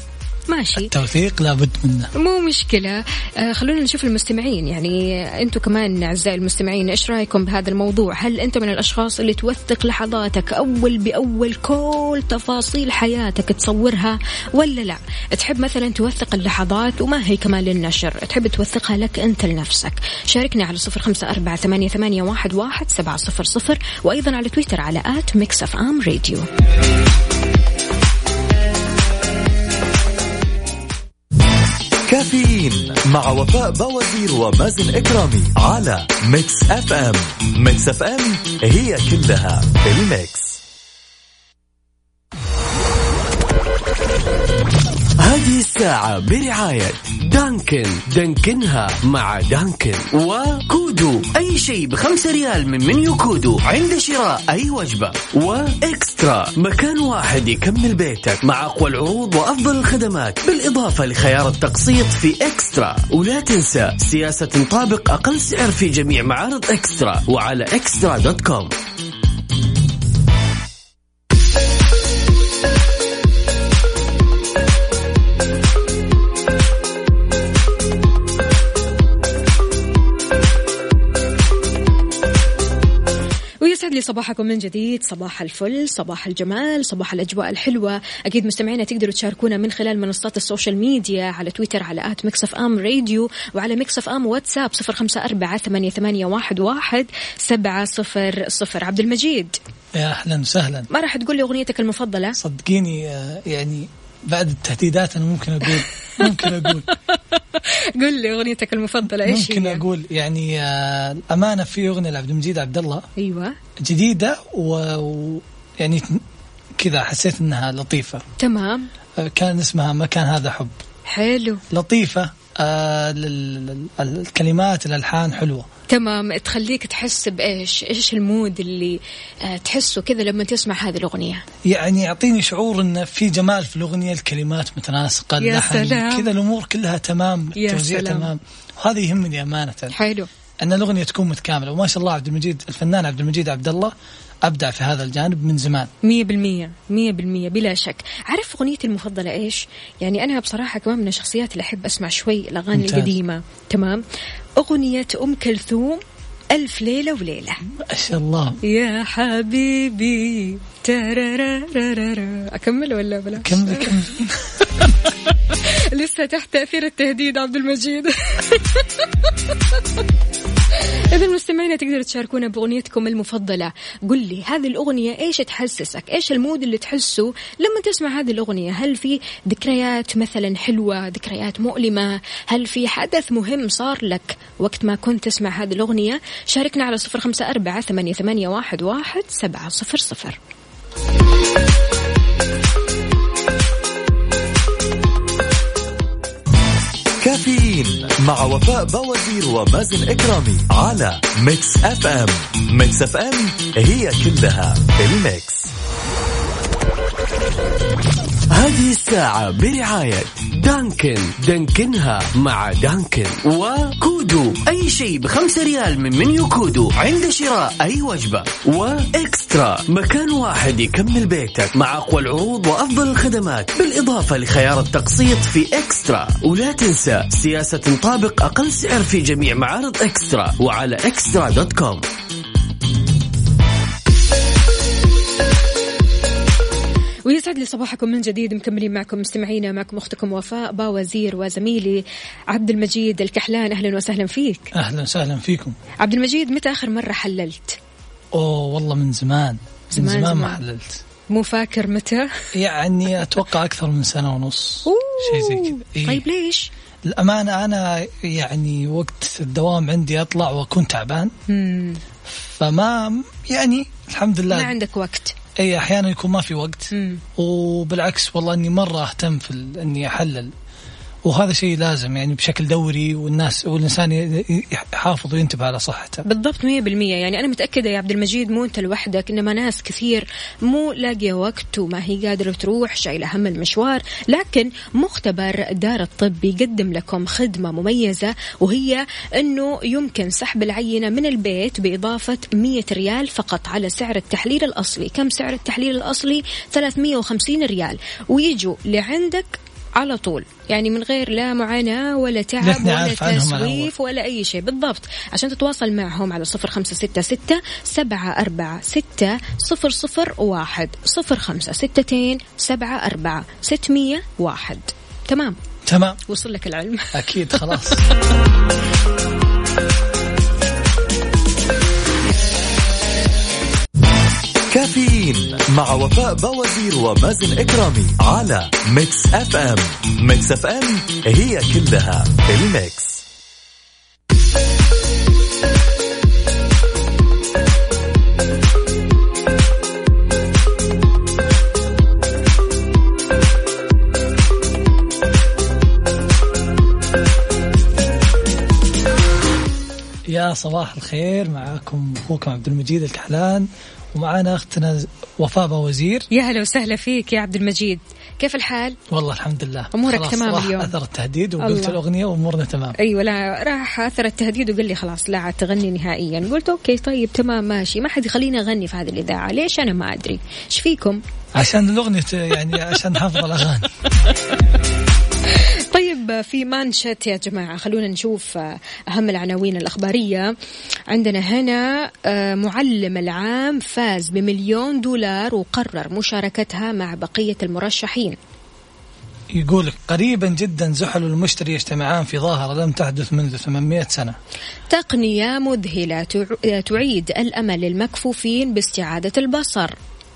ماشي. التوثيق لابد منه، مو مشكلة. آه خلونا نشوف المستمعين، يعني أنتم كمان أعزائي المستمعين إيش رأيكم بهذا الموضوع؟ هل أنت من الأشخاص اللي توثق لحظاتك أول بأول كل تفاصيل حياتك تصورها ولا لا؟ تحب مثلا توثق اللحظات وما هي كمان للنشر، تحب توثقها لك أنت لنفسك؟ شاركني على صفر خمسة أربعة ثمانية ثمانية واحد واحد سبعة صفر صفر، وأيضا على تويتر على آت ميكس أف أم راديو. كافيين مع وفاء بوازير ومازن إكرامي على ميكس أف أم. ميكس أف أم هي كلها بالميكس. هذه الساعة برعاية دانكن، دانكنها مع دانكن، وكودو، أي شيء بخمسة ريال من منيو كودو عند شراء أي وجبة، وإكسترا، مكان واحد يكمل بيتك مع أقوى العروض وأفضل الخدمات بالإضافة لخيار التقسيط في إكسترا. ولا تنسى سياسة تنطبق أقل سعر في جميع معارض إكسترا وعلى إكسترا دوت كوم. يسعد لي صباحكم من جديد، صباح الفل، صباح الجمال، صباح الأجواء الحلوة. أكيد مستمعينا تقدروا تشاركونا من خلال منصات السوشيال ميديا، على تويتر على آت ميكس أف أم راديو، وعلى ميكس أف أم واتساب صفر خمسة أربعة ثمانية ثمانية واحد واحد سبعة صفر صفر. عبد المجيد، يا أهلا وسهلا. ما راح تقول لي أغنيتك المفضلة؟ صدقيني يعني بعد التهديدات أنا ممكن أقول ممكن أقول قل لي أغنيتك المفضلة إيش ممكن هي؟ أقول يعني الأمانة في أغنية لعبد المجيد عبد الله أيوة جديدة ويعني كذا حسيت إنها لطيفة. تمام. كان اسمها مكان هذا حب. حلو. لطيفة. آه الكلمات الألحان حلوة. تمام. تخليك تحس بإيش؟ إيش المود اللي آه تحسه كذا لما تسمع هذه الأغنية؟ يعني يعطيني شعور إن في جمال في الأغنية، الكلمات متناسقة، اللحن كذا، الأمور كلها تمام، التوزيع تمام، وهذا يهمني أمانة. حلو. أن الأغنية تكون متكاملة، وما شاء الله عبد المجيد الفنان عبد المجيد عبد الله أبدع في هذا الجانب من زمان. مية بالمية مية بالمية بلا شك. عارف أغنيتي المفضلة إيش؟ يعني أنا بصراحة كمان من الشخصيات اللي أحب أسمع شوي الأغاني القديمة. تمام. أغنية أم كلثوم ألف ليلة وليلة. ما شاء الله. يا حبيبي ترارارارا. أكمل ولا بلا؟ كمل كمل. لسه تحت تأثير التهديد عبد المجيد. إذا المستمعين تقدروا تشاركونا بأغنيتكم المفضلة. قل لي هذه الأغنية إيش تحسسك؟ إيش المود اللي تحسه لما تسمع هذه الأغنية؟ هل في ذكريات مثلا حلوة، ذكريات مؤلمة؟ هل في حدث مهم صار لك وقت ما كنت تسمع هذه الأغنية؟ شاركنا على صفر خمسة أربعة ثمانية ثمانية واحد واحد سبعة صفر صفر. كافيين مع وفاء بوازير ومازن إكرامي على ميكس أف أم. ميكس أف أم هي كلها بالميكس. هذه الساعة برعاية دانكن، دانكنها مع دانكن، وكودو، أي شيء بخمسة ريال من منيو كودو عند شراء أي وجبة، وإكسترا، مكان واحد يكمل بيتك مع أقوى العروض وأفضل الخدمات بالإضافة لخيار التقسيط في إكسترا. ولا تنسى سياسة تنطبق أقل سعر في جميع معارض إكسترا وعلى إكسترا دوت كوم. ويسعد لي صباحكم من جديد، مكملين معكم مستمعينا، معكم أختكم وفاء باوزير وزميلي عبد المجيد الكحلان. أهلا وسهلا فيك. أهلا وسهلا فيكم. عبد المجيد، متى آخر مرة حللت؟ أوه والله من زمان زمان, من زمان, زمان ما حللت. مو فاكر متى؟ يعني أتوقع أكثر من سنة ونص شيء زي كذا. إيه؟ طيب ليش؟ الأمانة أنا يعني وقت الدوام عندي أطلع وأكون تعبان، مم. فما يعني الحمد لله ما عندك وقت. أي أحيانا يكون ما في وقت. مم. وبالعكس والله أني مرة أهتم في أني أحلل، وهذا شيء لازم يعني بشكل دوري، والناس والإنسان يحافظ وينتبه على صحته. بالضبط مية بالمية. يعني أنا متأكدة يا عبد المجيد مو أنت لوحدك، إنما ناس كثير مو لاقية وقت وما هي قادرة تروح، شايلة هم المشوار. لكن مختبر دار الطب يقدم لكم خدمة مميزة، وهي أنه يمكن سحب العينة من البيت بإضافة مية ريال فقط على سعر التحليل الأصلي. كم سعر التحليل الأصلي؟ ثلاثمية وخمسين ريال. ويجوا لعندك على طول، يعني من غير لا معاناة ولا تعب ولا تسويف ولا أي شيء. بالضبط، عشان تتواصل معهم على صفر خمسة ستة ستة سبعة أربعة ستة صفر صفر واحد صفر خمسة ستتين سبعة أربعة ستمية واحد. تمام تمام، وصل لك العلم أكيد خلاص. كافيين مع وفاء بوازير ومازن إكرامي على ميكس اف ام. ميكس اف ام هي كلها الميكس. يا صباح الخير، معاكم أخوكم عبد المجيد الكحلان، ومعانا أختنا وفاء بوازير. يا هلا وسهلا فيك يا عبد المجيد، كيف الحال؟ والله الحمد لله، أمورك تمام اليوم؟ أثر التهديد وقلت الأغنية وأمورنا تمام. أيوة، لا راح أثر التهديد وقال لي خلاص لا عاد تغني نهائيا. قلت أوكي طيب تمام ماشي، ما حد يخليني أغني في هذه الإذاعة. ليش؟ أنا ما أدري إيش فيكم. عشان الأغنية يعني عشان حفظ الأغاني. طيب في مانشت يا جماعة، خلونا نشوف أهم العناوين الأخبارية. عندنا هنا معلم العام فاز بمليون دولار وقرر مشاركتها مع بقية المرشحين. يقولك قريبا جدا زحل المشتري يجتمعان في ظاهرة لم تحدث منذ ثمانمائة سنة. تقنية مذهلة تعيد الأمل للمكفوفين باستعادة البصر.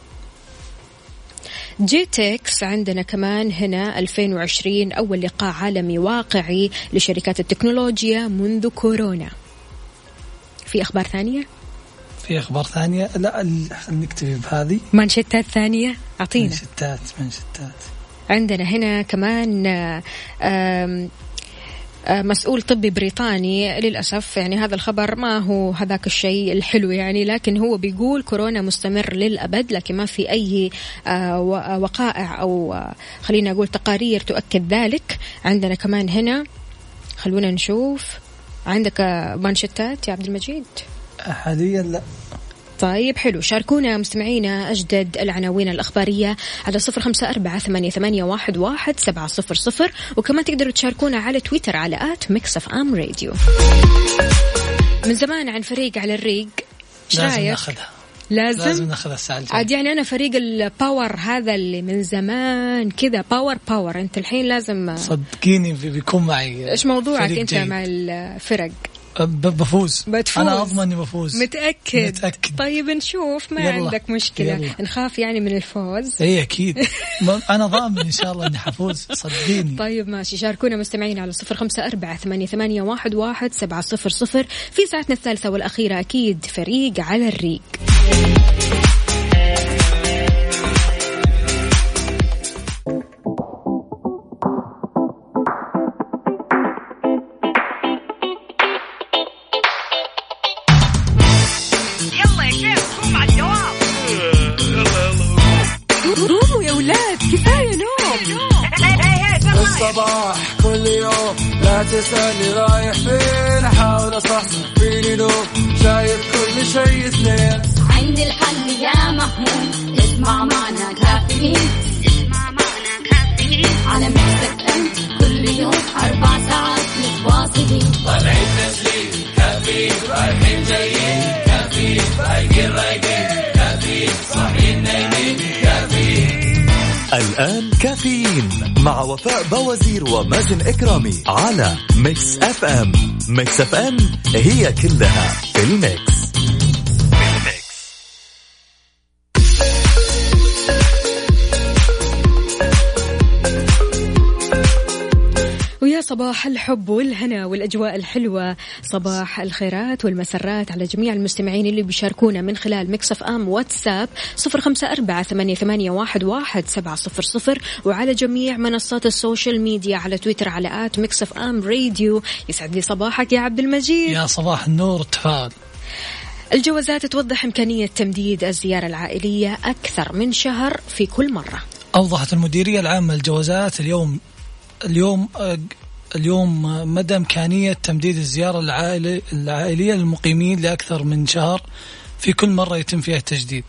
جيتكس عندنا كمان هنا ألفين وعشرين أول لقاء عالمي واقعي لشركات التكنولوجيا منذ كورونا. في أخبار ثانية؟ في أخبار ثانية؟ لا نكتفي بهذه. مانشيتات ثانية أعطينا. مانشيتات مانشيتات عندنا هنا كمان آم مسؤول طبي بريطاني، للأسف يعني هذا الخبر ما هو هذاك الشيء الحلو يعني، لكن هو بيقول كورونا مستمر للأبد، لكن ما في أي وقائع أو خلينا أقول تقارير تؤكد ذلك. عندنا كمان هنا خلونا نشوف، عندك مانشيتات يا عبد المجيد؟ حاليا لا. طيب حلو، شاركونا مستمعينا أجدد العناوين الأخبارية على صفر خمسة أربعة ثمانية ثمانية واحد واحد سبعة صفر صفر، وكمان تقدروا تشاركونا على تويتر على آت ميكس أف أم راديو. من زمان عن فريق على الريق، إيش رأيك؟ لازم ناخذها. لازم لازم ناخذها الساعة الجاية. عاد يعني أنا فريق الباور هذا اللي من زمان كذا، باور باور. أنت الحين لازم صدقيني بيكون معي. إيش موضوعك أنت جيد. مع الفرق؟ بفوز. بتفوز. أنا أضمن إني بفوز. متأكد؟ متأكد. طيب نشوف، ما يلا. عندك مشكلة. يلا. نخاف يعني من الفوز. إيه أكيد. أنا ضامن إن شاء الله إني حفوز، صدقيني. طيب ماشي، شاركونا مستمعين على صفر خمسة أربعة ثمانية ثمانية واحد واحد سبعة صفر صفر في ساعتنا الثالثة والأخيرة. أكيد فريق على الريق. قوموا يا ولاد، كفاية نوم. الصباح كل يوم لا تسألني رايح فين، أحاول أصحصح فيني نوم، شايف كل شيء اثنين. عندي الحل يا محمود، اسمع معنا كافيين، اسمع معنا كافيين على ميكس اف ام كل يوم أربع ساعات متواصلين. طالعين تسليم كافيين، رايحين جايين كافيين، رايقين رايقين كافيين، صاحيين نايمين كافيين. الآن كافيين مع وفاء بوازير ومازن إكرامي على ميكس اف ام. ميكس اف ام هي كلها في الميكس. ويا صباح الحب والهنا والأجواء الحلوة، صباح الخيرات والمسرات على جميع المستمعين اللي بيشاركونا من خلال ميكس اف ام واتساب صفر خمسة أربعة ثمانية ثمانية واحد واحد سبعة صفر صفر، وعلى جميع منصات السوشيال ميديا على تويتر على آت ميكس اف ام راديو. يسعد لي صباحك يا عبد المجيد. يا صباح النور والتفاؤل. الجوازات توضح إمكانية تمديد الزيارة العائلية أكثر من شهر في كل مرة. أوضحت المديرية العامة للجوازات اليوم اليوم اليوم مدى إمكانية تمديد الزيارة العائلية للمقيمين لأكثر من شهر في كل مرة يتم فيها التجديد.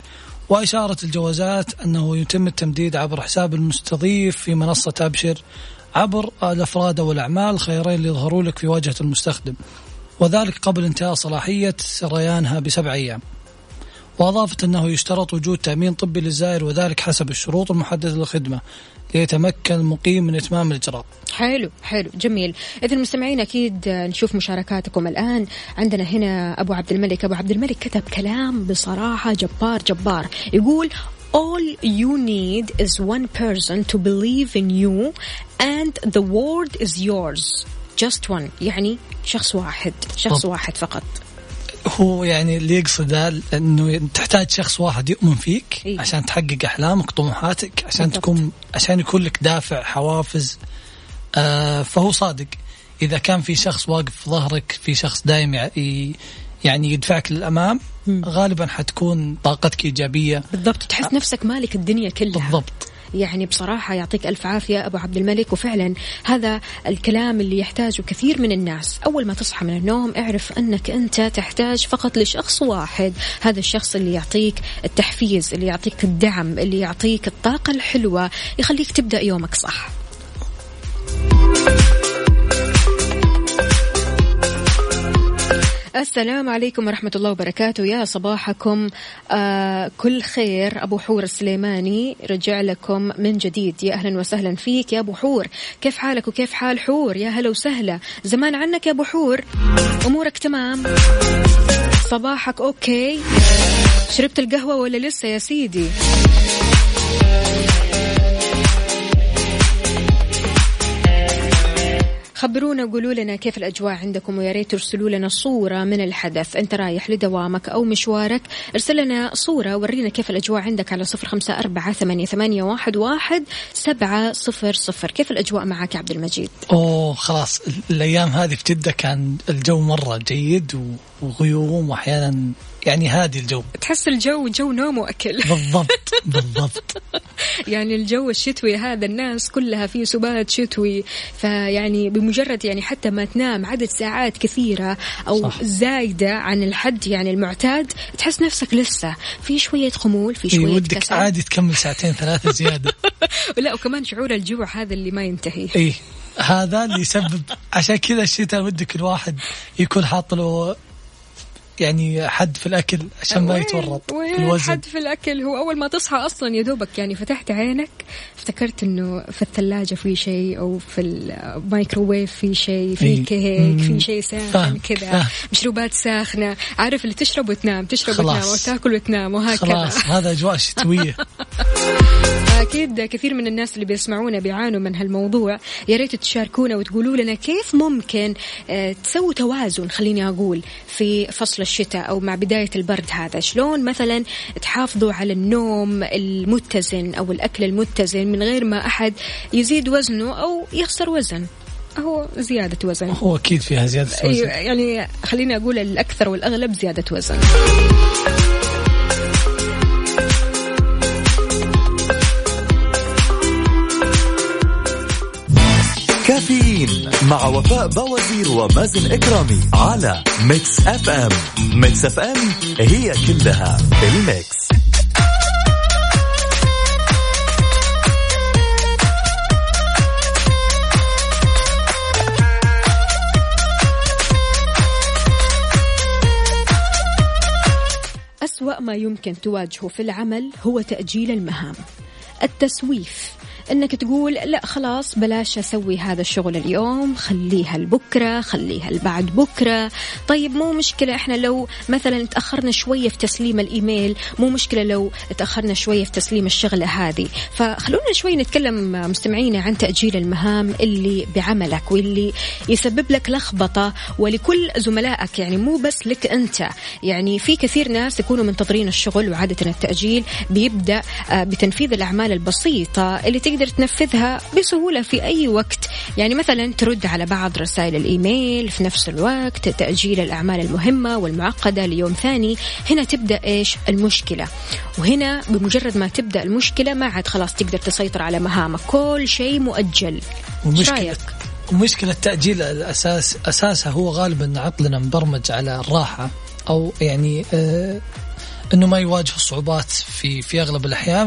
وإشارة الجوازات أنه يتم التمديد عبر حساب المستضيف في منصة أبشر عبر الأفراد أو الأعمال، خيارين اللي يظهروا لك في واجهة المستخدم، وذلك قبل انتهاء صلاحية سريانها بسبع أيام. وأضافت أنه يشترط وجود تأمين طبي للزائر، وذلك حسب الشروط المحددة للخدمة ليتمكن المقيم من إتمام الإجراء. حلو حلو جميل. إذن المستمعين أكيد نشوف مشاركاتكم الآن. عندنا هنا أبو عبد الملك. أبو عبد الملك كتب كلام بصراحة جبار جبار، يقول all you need is one person to believe in you and the world is yours just one. يعني شخص واحد شخص طب. واحد فقط. هو يعني اللي يقصد أنه تحتاج شخص واحد يؤمن فيك إيه؟ عشان تحقق أحلامك طموحاتك، عشان بالضبط. تكون عشان يكون لك دافع حوافز. آه فهو صادق. إذا كان في شخص واقف في ظهرك، في شخص دائم يعني يدفعك للأمام، م. غالبا حتكون طاقتك إيجابية. بالضبط، تحس نفسك مالك الدنيا كلها. بالضبط. يعني بصراحة يعطيك ألف عافية أبو عبد الملك. وفعلا هذا الكلام اللي يحتاجه كثير من الناس. أول ما تصحى من النوم اعرف أنك أنت تحتاج فقط لشخص واحد، هذا الشخص اللي يعطيك التحفيز، اللي يعطيك الدعم، اللي يعطيك الطاقة الحلوة، يخليك تبدأ يومك صح. السلام عليكم ورحمة الله وبركاته، يا صباحكم آه كل خير. أبو حور السليماني رجع لكم من جديد، يا أهلا وسهلا فيك يا أبو حور. كيف حالك وكيف حال حور؟ يا هلا وسهلا، زمان عنك يا أبو حور. أمورك تمام؟ صباحك أوكي؟ شربت القهوة ولا لسه يا سيدي؟ خبرونا وقولوا لنا كيف الأجواء عندكم، ويا ريت ترسلوا لنا صورة من الحدث. أنت رايح لدوامك أو مشوارك، ارسل لنا صورة ورينا كيف الأجواء عندك على صفر خمسة أربعة ثمانية ثمانية واحد واحد سبعة صفر صفر. كيف الأجواء معك يا عبد المجيد؟ أوه خلاص، الأيام هذه في جدة كان الجو مرة جيد وغيوم وأحيانا يعني هادي الجو، تحس الجو جو نوم وأكل. بالضبط بالضبط. يعني الجو الشتوي هذا الناس كلها فيه سبات شتوي، فيعني بمجرد يعني حتى ما تنام عدد ساعات كثيرة أو صح. زايدة عن الحد يعني المعتاد، تحس نفسك لسه في شوية خمول، في شوية ودك كسل، عادي تكمل ساعتين ثلاثة زيادة. لا وكمان شعور الجوع هذا اللي ما ينتهي. إيه هذا اللي يسبب، عشان كذا الشتاء ودك الواحد يكون حاط له يعني حد في الأكل عشان ما يتورط في الوزن. حد في الأكل هو أول ما تصحى أصلا يا دوبك يعني فتحت عينك افتكرت إنه في الثلاجة في شيء أو في الميكروويف في شيء، في كيك، في شيء ساخن كذا، مشروبات ساخنة، عارف اللي تشرب وتنام، تشرب وتنام وتاكل وتنام وهكذا. خلاص هذا أجواء شتوية. أكيد كثير من الناس اللي بيسمعونا بيعانوا من هالموضوع. يا ريت تشاركونا وتقولوا لنا كيف ممكن تسوي توازن، خليني أقول في فصل الشتاء أو مع بداية البرد هذا، شلون مثلا تحافظوا على النوم المتزن أو الأكل المتزن من غير ما أحد يزيد وزنه أو يخسر وزن أو زيادة وزن. هو أكيد فيها زيادة وزن، يعني خليني أقول الأكثر والأغلب زيادة وزن. كافيين مع وفاء بوازير ومازن إكرامي على ميكس اف ام. ميكس اف ام هي كلها بالميكس. أسوأ ما يمكن تواجهه في العمل هو تأجيل المهام، التسويف، انك تقول لا خلاص بلاش اسوي هذا الشغل اليوم، خليها لبكره، خليها لبعد بكره. طيب مو مشكله احنا لو مثلا تاخرنا شويه في تسليم الايميل، مو مشكله لو تاخرنا شويه في تسليم الشغله هذه. فخلونا شوي نتكلم مستمعينا عن تاجيل المهام اللي بعملك واللي يسبب لك لخبطه ولكل زملائك، يعني مو بس لك انت. يعني في كثير ناس يكونوا منتظرين الشغل، وعاده التاجيل بيبدا بتنفيذ الاعمال البسيطه اللي تقدر تنفذها بسهولة في أي وقت. يعني مثلا ترد على بعض رسائل الإيميل في نفس الوقت، تأجيل الأعمال المهمة والمعقدة ليوم ثاني. هنا تبدأ إيش المشكلة، وهنا بمجرد ما تبدأ المشكلة ما عاد خلاص تقدر تسيطر على مهامك، كل شيء مؤجل. ومشكلة ومشكلة التأجيل الأساس أساسها هو غالبا عقلنا مبرمج على الراحة، أو يعني آه أنه ما يواجه الصعوبات في في أغلب الأحيان،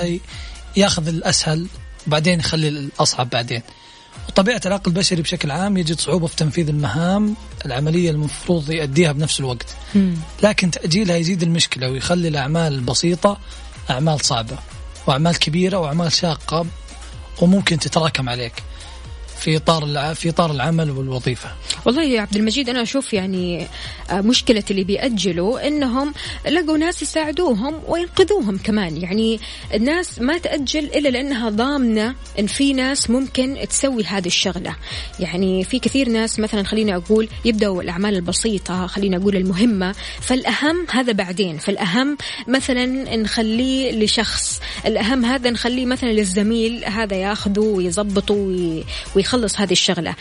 فيأخذ الأسهل وبعدين يخلي الأصعب بعدين. وطبيعة العقل البشري بشكل عام يجد صعوبة في تنفيذ المهام العملية المفروض يؤديها بنفس الوقت، لكن تأجيلها يزيد المشكلة ويخلي الأعمال البسيطة أعمال صعبة، وأعمال كبيرة وأعمال شاقة وممكن تتراكم عليك في إطار في إطار العمل والوظيفة. والله يا عبد المجيد أنا أشوف يعني مشكلة اللي بيأجلوا إنهم لقوا ناس يساعدوهم وينقذوهم كمان. يعني الناس ما تأجل إلا لأنها ضامنة إن في ناس ممكن تسوي هذه الشغلة. يعني في كثير ناس مثلا خليني أقول يبدأوا الأعمال البسيطة، خليني أقول المهمة، فالأهم هذا بعدين، فالأهم مثلا نخليه لشخص، الأهم هذا نخليه مثلا للزميل، هذا ياخده ويضبطه ويخلص هذه الشغلة.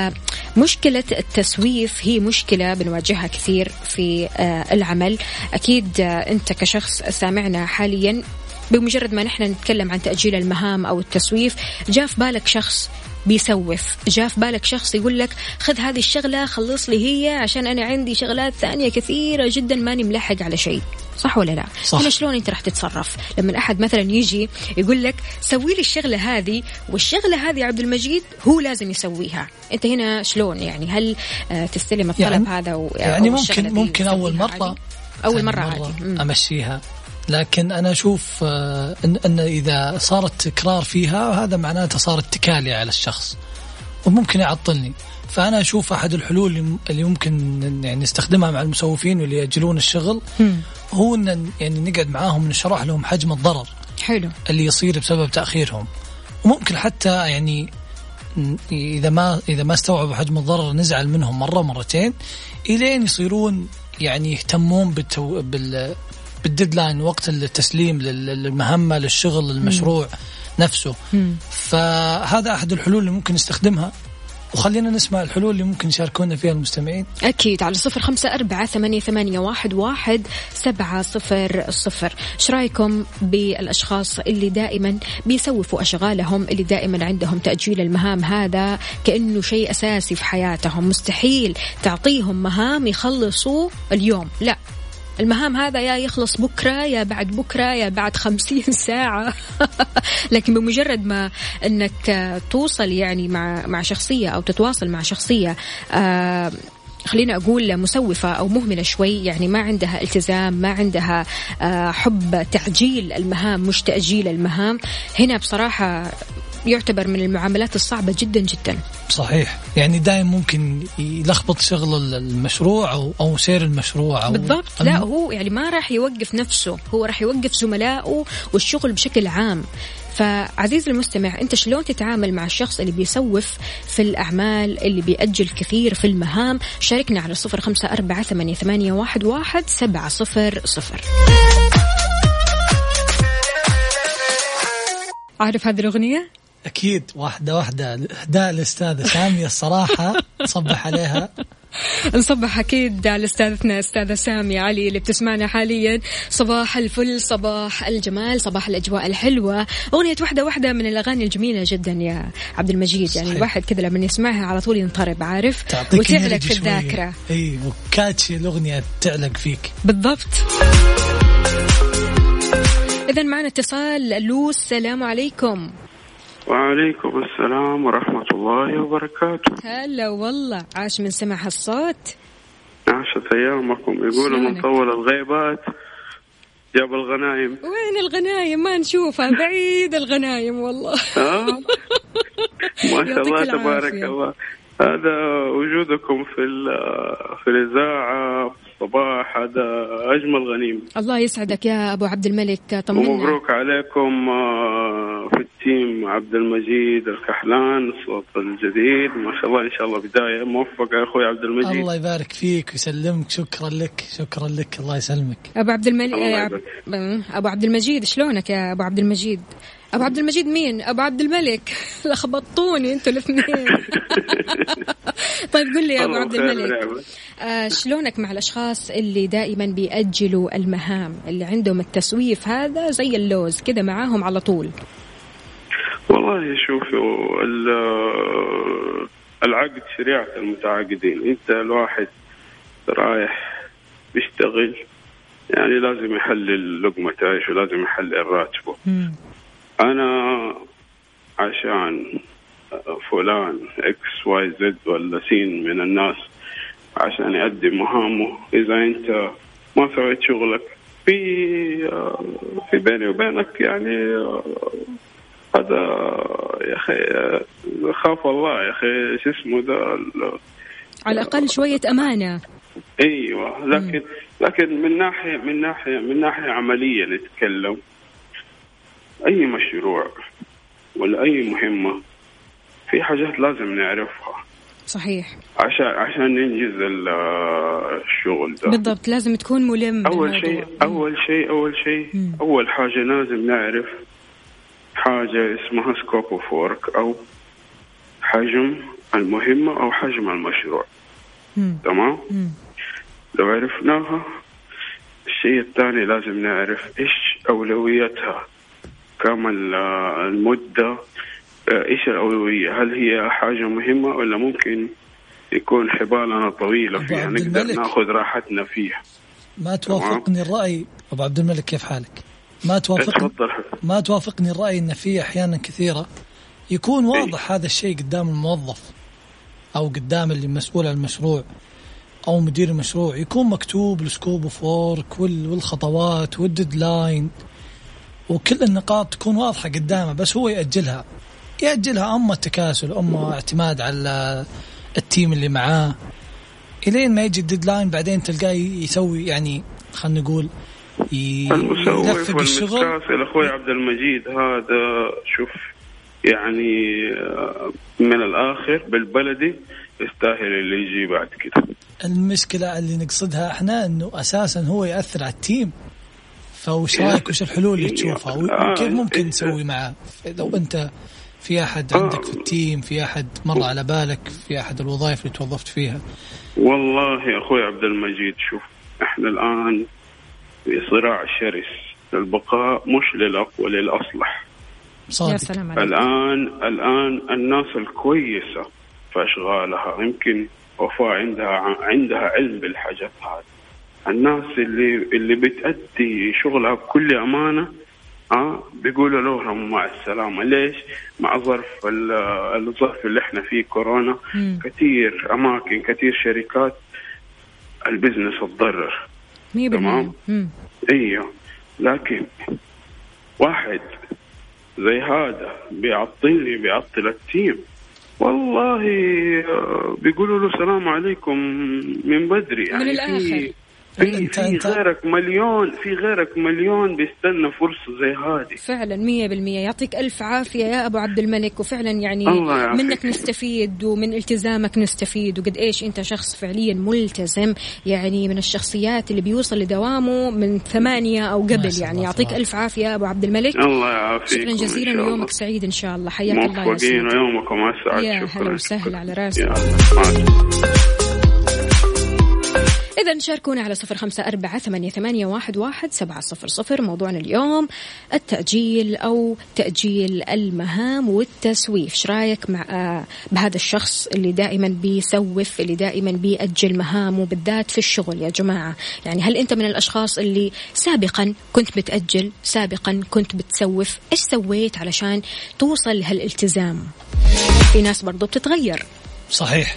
فمشكلة التسويف هي مشكلة بنواجهها كثير في العمل. أكيد أنت كشخص سامعنا حاليا، بمجرد ما نحن نتكلم عن تأجيل المهام أو التسويف، جاء في بالك شخص بيسوف، جاء في بالك شخص يقول لك خذ هذه الشغلة خلص لي هي عشان أنا عندي شغلات ثانية كثيرة جدا ماني ملحق على شيء، صح ولا لا؟ صح. هنا شلون أنت راح تتصرف لما أحد مثلا يجي يقول لك سوي لي الشغلة هذه، والشغلة هذه عبد المجيد هو لازم يسويها، أنت هنا شلون يعني؟ هل تستلم الطلب يعني هذا و يعني ممكن ممكن أول مرة عادي؟ أول مرة, مرة عادي أمشيها، لكن أنا أشوف إن, إن إذا صارت تكرار فيها هذا معناته صارت تكالي على الشخص وممكن يعطلني. فأنا أشوف أحد الحلول اللي ممكن يعني نستخدمها مع المسوفين واللي يأجلون الشغل م. هو أن يعني نقعد معاهم نشرح لهم حجم الضرر حلو اللي يصير بسبب تأخيرهم، وممكن حتى يعني إذا ما إذا ما استوعبوا حجم الضرر نزعل منهم مرة مرتين إلين يصيرون يعني يهتمون بالتو... بال بالديدلاين، وقت التسليم للمهمة للشغل المشروع مم. نفسه. مم. فهذا أحد الحلول اللي ممكن نستخدمها، وخلينا نسمع الحلول اللي ممكن يشاركونا فيها المستمعين. أكيد على صفر خمسة أربعة ثمانية ثمانية واحد واحد سبعة صفر صفر. إيش رأيكم بالأشخاص اللي دائما بيسوفوا أشغالهم، اللي دائما عندهم تأجيل المهام هذا كأنه شيء أساسي في حياتهم، مستحيل تعطيهم مهام يخلصوا اليوم، لا، المهام هذا يا يخلص بكرة يا بعد بكرة يا بعد خمسين ساعة. لكن بمجرد ما أنك توصل يعني مع مع شخصية أو تتواصل مع شخصية آه خلينا أقول مسوفة أو مهملة شوي، يعني ما عندها التزام، ما عندها آه حب تعجيل المهام مش تأجيل المهام، هنا بصراحة يعتبر من المعاملات الصعبة جدا جدا. صحيح، يعني دائما ممكن يلخبط شغل المشروع أو, أو سير المشروع أو بالضبط. لا هو يعني ما راح يوقف نفسه، هو راح يوقف زملائه والشغل بشكل عام. فعزيز المستمع، أنت شلون تتعامل مع الشخص اللي بيسوف في الأعمال، اللي بيأجل كثير في المهام؟ شاركنا على صفر خمسة أربعة ثمانية ثمانية واحد واحد سبعة صفر صفر. عارف هذه الأغنية؟ أكيد، واحدة واحدة إهداء الأستاذة سامية الصراحة، صبح عليها. نصبح أكيد على أستاذتنا أستاذة سامية علي اللي بتسمعنا حاليا. صباح الفل، صباح الجمال، صباح الأجواء الحلوة. أغنية واحدة واحدة من الأغاني الجميلة جدا يا عبد المجيد. صحيح. يعني الواحد كذا لما يسمعها على طول ينطرب، عارف، وتعلق في الذاكرة. اي وكاتشي الأغنية تعلق فيك بالضبط. إذن معنا اتصال. لو السلام عليكم. وعليكم السلام ورحمة الله وبركاته. هلا والله، عاش من سمع هالصوت. عاشت أيامكم. يقولوا من طول الغيبات جاب الغنايم. وين الغنايم؟ ما نشوفها، بعيد الغنايم والله. آه. ما شاء الله تبارك الله. هذا وجودكم في في الإذاعة صباح، هذا أجمل غنيم. الله يسعدك يا أبو عبد الملك، طمنا. ومبروك عليكم في التيم عبد المجيد الكحلان، الصوت الجديد ما شاء الله. إن شاء الله بداية موفقة يا أخوي عبد المجيد. الله يبارك فيك ويسلمك. شكرا لك، شكرا لك، الله يسلمك. أبو عبد الملك، أبو عبد المجيد شلونك يا أبو عبد المجيد؟ أبو عبد المجيد مين؟ أبو عبد الملك. لخبطوني أنتوا الاثنين. طيب قل لي يا أبو عبد الملك، آه شلونك مع الأشخاص اللي دائما بيأجلوا المهام، اللي عندهم التسويف هذا زي اللوز كده معاهم على طول؟ والله شوفوا، العقد شريعة المتعاقدين. أنت الواحد رايح بيشتغل يعني لازم يحلل لقمة عيش ولازم يحلل راتبه. أنا عشان فلان إكس واي زد ولا سين من الناس عشان يقدم مهامه، إذا أنت ما سويت شغلك في في بيني وبينك يعني هذا يا أخي خاف الله يا أخي شو اسمه ده، على الأقل شوية أمانة. أيوة، لكن م. لكن من ناحية من ناحية من ناحية عملية نتكلم، أي مشروع ولا أي مهمة في حاجات لازم نعرفها. صحيح. عشان عشان ننجز الشغل ده بالضبط، لازم تكون ملم. أول شيء أول شيء أول شيء أول حاجة لازم نعرف حاجة اسمها سكوب اوف وورك، أو حجم المهمة أو حجم المشروع. مم. تمام. مم. لو عرفناها، الشيء الثاني لازم نعرف إيش أولوياتها، كم المدة، إيش الأولوية، هل هي حاجة مهمة ولا ممكن يكون حبالنا طويلة فيها نقدر ناخذ راحتنا فيها. ما توافقني الرأي أبو عبد الملك، كيف حالك؟ ما توافقني ما توافقني الرأي إن في أحيانا كثيرة يكون واضح إيه؟ هذا الشيء قدام الموظف أو قدام اللي مسؤول عن المشروع أو مدير المشروع، يكون مكتوب السكوب اوف وورك والخطوات والديدلاين وكل النقاط تكون واضحة قدامه، بس هو يأجلها يأجلها أما التكاسل أما اعتماد على التيم اللي معاه إلين ما يجي الديدلاين، بعدين تلقاه يسوي يعني خلنا نقول المسوف والمتكاسل. أخوي عبد المجيد هذا شوف يعني من الآخر بالبلدي يستاهل اللي يجي بعد كده. المشكلة اللي نقصدها احنا انه اساسا هو يأثر على التيم، فوش رايك وش الحلول اللي تشوفها وكيف ممكن تسوي معه؟ لو انت في احد عندك في التيم، في احد مر على بالك في احد الوظائف اللي توظفت فيها؟ والله يا اخوي عبد المجيد شوف، احنا الان في صراع شرس للبقاء مش للأقوى للأصلح. الآن الآن الناس الكويسة في أشغالها، يمكن وفاء عندها عندها علم بالحاجات هذه، الناس اللي اللي بتأدي شغلها بكل أمانة آه بيقولوا لهم مع السلامة. ليش؟ مع ظرف الظرف اللي احنا فيه كورونا، م. كثير أماكن كثير شركات البزنس اتضرر. تمام. ايوه، لكن واحد زي هذا بيعطلني بيعطل التيم، والله بيقولوا له السلام عليكم من بدري يعني. من الآخر في في غيرك مليون في غيرك مليون بيستنى فرصة زي هذه. فعلا مية بالمية. يعطيك ألف عافية يا أبو عبد الملك، وفعلا يعني منك نستفيد ومن التزامك نستفيد، وقد إيش أنت شخص فعليا ملتزم، يعني من الشخصيات اللي بيوصل لدوامه من ثمانية أو قبل. يعني يعطيك ألف عافية يا أبو عبد الملك. الله يعافيك. شكرا جزيلا ويومك سعيد إن شاء الله. حياك الله يا سيدي. ويومكم أسعد. يا هلا وسهلا على راسك. إذا شاركونا على صفر خمسة أربعة ثمانية ثمانية واحد واحد سبعة صفر صفر. موضوعنا اليوم التأجيل أو تأجيل المهام والتسويف. إيش رأيك مع آه بهذا الشخص اللي دائما بيسوف، اللي دائما بيأجل مهامه بالذات في الشغل يا جماعة؟ يعني هل أنت من الأشخاص اللي سابقا كنت بتأجل، سابقا كنت بتسوف؟ إيش سويت علشان توصل لهالالتزام؟ في ناس برضو بتتغير. صحيح.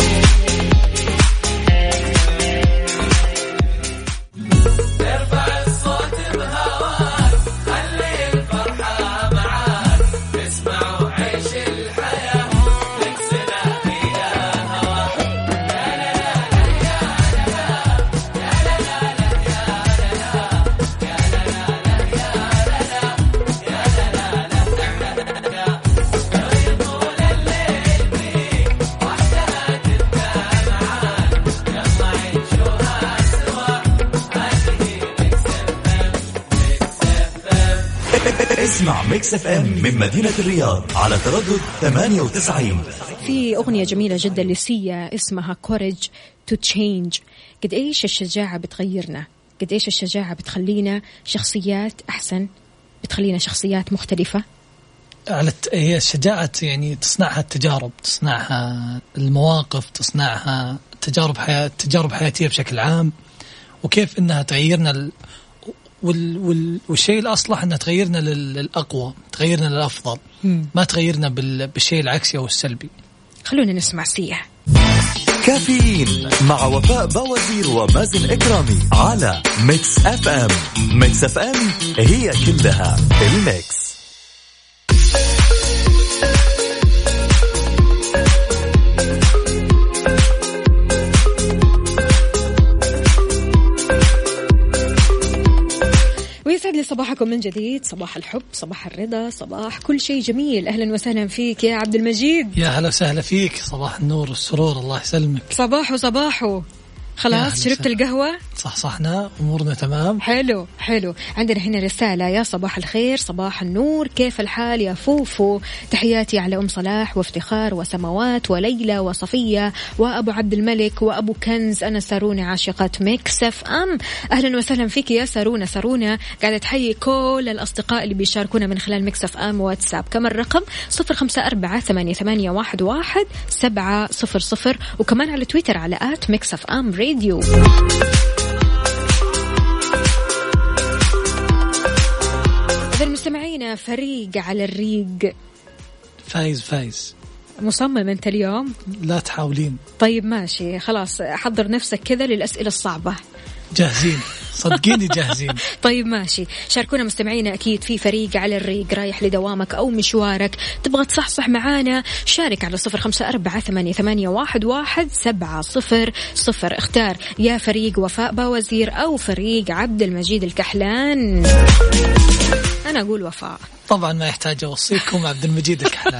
اسمع ميكس اف ام من مدينة الرياض على تردد ثمانية وتسعين. في أغنية جميلة جدا لسيا اسمها Courage to Change. قد إيش الشجاعة بتغيرنا، قد إيش الشجاعة بتخلينا شخصيات أحسن، بتخلينا شخصيات مختلفة. على هي الشجاعة يعني تصنعها التجارب، تصنعها المواقف، تصنعها تجارب حياة، تجارب حياتية بشكل عام، وكيف إنها تغيرنا ال... وال... وال... والشيء الأصلح إنها تغيرنا لل... للأقوى، تغيرنا للأفضل، ما تغيرنا بال... بالشيء العكسي أو السلبي. خلونا نسمع سيح. كافيين مع وفاء بوازير ومازن إكرامي على ميكس اف ام. ميكس اف ام هي كلها الميكس. ويسعد لي صباحكم من جديد، صباح الحب، صباح الرضا، صباح كل شيء جميل. أهلا وسهلا فيك يا عبد المجيد. يا هلا وسهلا فيك، صباح النور والسرور، الله يسلمك. صباحو صباحو. خلاص شربت القهوة؟ صح صحنا، أمورنا تمام. حلو حلو. عندنا هنا رسالة: يا صباح الخير، صباح النور، كيف الحال يا فوفو؟ تحياتي على أم صلاح وافتخار وسماوات وليلى وصفية وأبو عبد الملك وأبو كنز. أنا سارونة عاشقة ميكس اف ام. أهلا وسهلا فيك يا سارونة. سارونة قاعدة تحيي كل الأصدقاء اللي بيشاركونا من خلال ميكس اف ام واتساب. كمان الرقم صفر خمسة أربعة ثمانية ثمانية واحد واحد سبعة صفر صفر، وكمان على تويتر على آت ميكس اف ام راديو. إذا المستمعين، فريق على الريق. فايز فايز. مصمم أنت اليوم؟ لا تحاولين. طيب ماشي خلاص، حضر نفسك كذا للأسئلة الصعبة. جاهزين، صدقيني جاهزين. طيب ماشي، شاركونا مستمعينا أكيد في فريق على الريق، رايح لدوامك أو مشوارك تبغى تصحصح معانا، شارك على صفر خمسة أربعة ثمانية ثمانية واحد واحد سبعة صفر صفر. اختار يا فريق وفاء باوزير أو فريق عبد المجيد الكحلان. أنا أقول وفاء. طبعا ما يحتاج أوصيكم عبد المجيد الكحلان.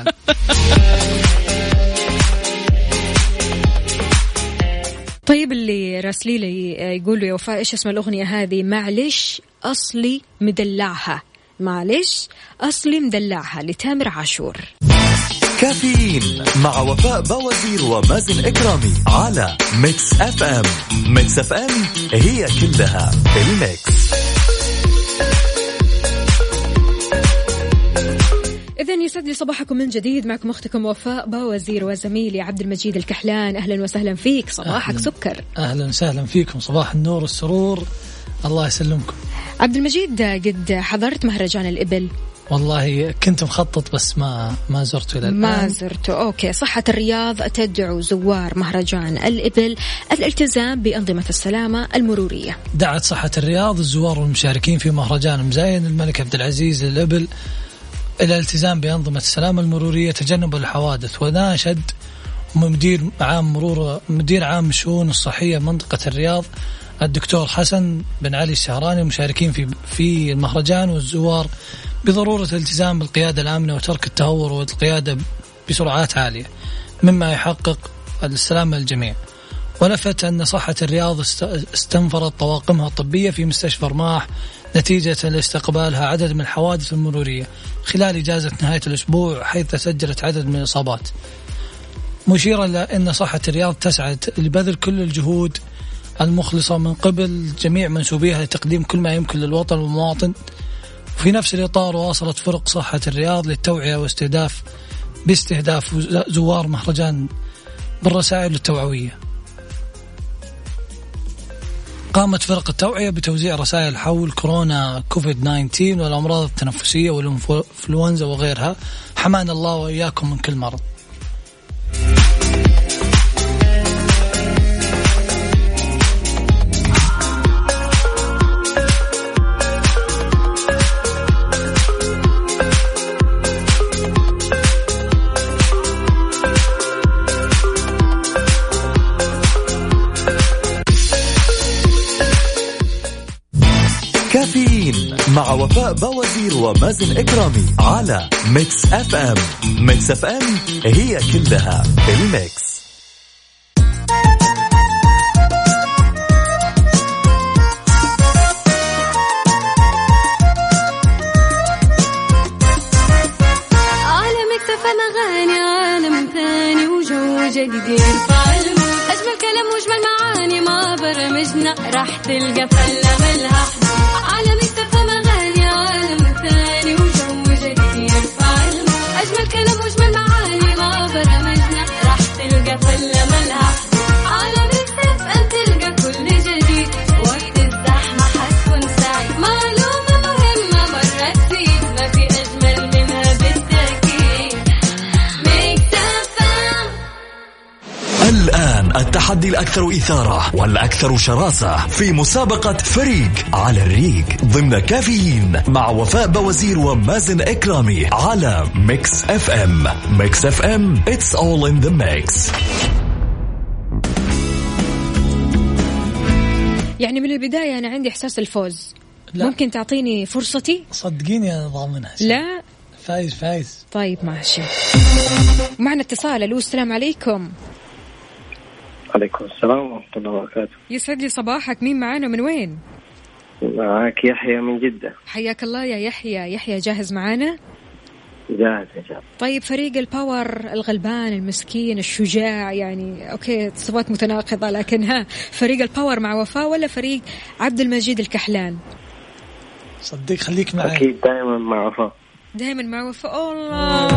طيب اللي راسلي لي يقولوا يا وفاء إيش اسم الأغنية هذه؟ معلش أصلي مدلعها، معلش أصلي مدلعها لتامر عاشور. كافيين مع وفاء بوازير ومازن إكرامي على ميكس اف ام. ميكس اف ام هي كلها الميكس. إذن يسعد لي صباحكم من جديد، معكم أختكم وفاء باوزير وزميلي عبد المجيد الكحلان. أهلا وسهلا فيك، صباحك أهلاً. سكر. أهلا وسهلا فيكم، صباح النور والسرور، الله يسلمكم. عبد المجيد، قد حضرت مهرجان الإبل؟ والله كنت مخطط بس ما ما زرته إلى الآن. ما زرته، أوكي. صحة الرياض تدعو زوار مهرجان الإبل الالتزام بأنظمة السلامة المرورية. دعت صحة الرياض الزوار والمشاركين في مهرجان مزاين الملك عبد العزيز للإبل إلى الالتزام بأنظمة السلامة المرورية، تجنب الحوادث. وناشد مدير عام مرور مدير عام الشؤون الصحية منطقة الرياض الدكتور حسن بن علي الشهراني المشاركين في في المهرجان والزوار بضرورة الالتزام بالقيادة الآمنة وترك التهور والقيادة بسرعات عالية مما يحقق السلامة للجميع. ولفت أن صحة الرياض استنفرت طواقمها الطبية في مستشفى رماح نتيجة لاستقبالها عدد من الحوادث المرورية خلال إجازة نهاية الأسبوع، حيث سجلت عدد من الإصابات، مشيرا إلى أن صحة الرياض تسعى لبذل كل الجهود المخلصة من قبل جميع منسوبيها لتقديم كل ما يمكن للوطن والمواطن. وفي نفس الإطار واصلت فرق صحة الرياض للتوعية واستهداف باستهداف زوار مهرجان بالرسائل التوعوية. قامت فرق التوعية بتوزيع رسائل حول كورونا كوفيد تسعة عشر والأمراض التنفسية والإنفلونزا وغيرها، حمانا الله وإياكم من كل مرض. كافيين مع وفاء بوازير ومازن إكرامي على ميكس اف ام. ميكس اف ام هي كلها الميكس. على ميكس اف ام اغاني عالم ثاني وجو جديد يرفع المود، اجمل كلام واجمل معاني ما برمجنا راح تلقى فله ملها. على ميكس اف ام اغاني عالم ثاني وجو جديد يرفع المود، اجمل كلام واجمل معاني ما برمجنا راح تلقى فله ملها. على ميكس اف ام تلقى كل جديد وقت التحدي الأكثر إثارة والأكثر شراسة في مسابقة فريق على الريق ضمن كافيين مع وفاء بوزير ومازن إكرامي على ميكس اف ام. ميكس اف ام it's all in the mix. يعني من البداية أنا عندي إحساس الفوز. لا. ممكن تعطيني فرصتي؟ صدقيني أنا ضامنها. لا فايز فايز. طيب ماشي. معنا اتصال. ألو السلام عليكم. عليكم السلام ورحمة الله وبركاته. يسعد لي صباحك. مين معانا من وين؟ معك يحيى من جدة. حياك الله يا يحيى. يحيى جاهز معانا؟ جاهز إن شاء الله. طيب فريق الباور الغلبان المسكين الشجاع يعني أوكي صفات متناقضة لكن ها فريق الباور مع وفاء ولا فريق عبد المجيد الكحلان؟ صدق خليك معي. أكيد دائما مع وفاء. دائما مع وفاء. الله.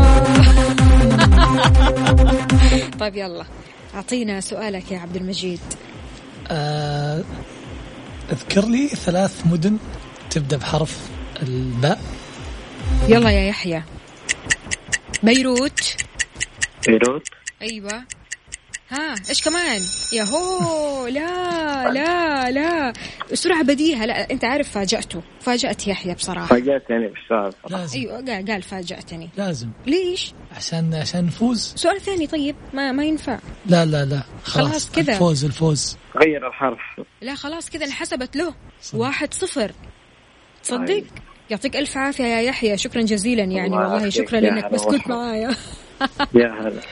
طيب يلا أعطينا سؤالك يا عبد المجيد. أه... اذكر لي ثلاث مدن تبدأ بحرف الباء. يلا يا يحيى. بيروت. بيروت. أيوة. ها إيش كمان؟ يا هو لا لا لا بسرعة بديهة. لا أنت عارف فاجأته. فاجأت يحيى بصراحة. فاجأتني بالسؤال. أيوة قال قال فاجأتني. لازم. ليش؟ عشان عشان نفوز. سؤال ثاني طيب ما ما ينفع. لا لا لا خلاص, خلاص كذا. الفوز الفوز. غير الحرف. لا خلاص كذا انحسبت له. صدق. واحد صفر. تصدق؟ يعطيك ألف عافية يا يحيى. شكرا جزيلا يعني والله شكرا لأنك بس كنت معايا. يا هلا.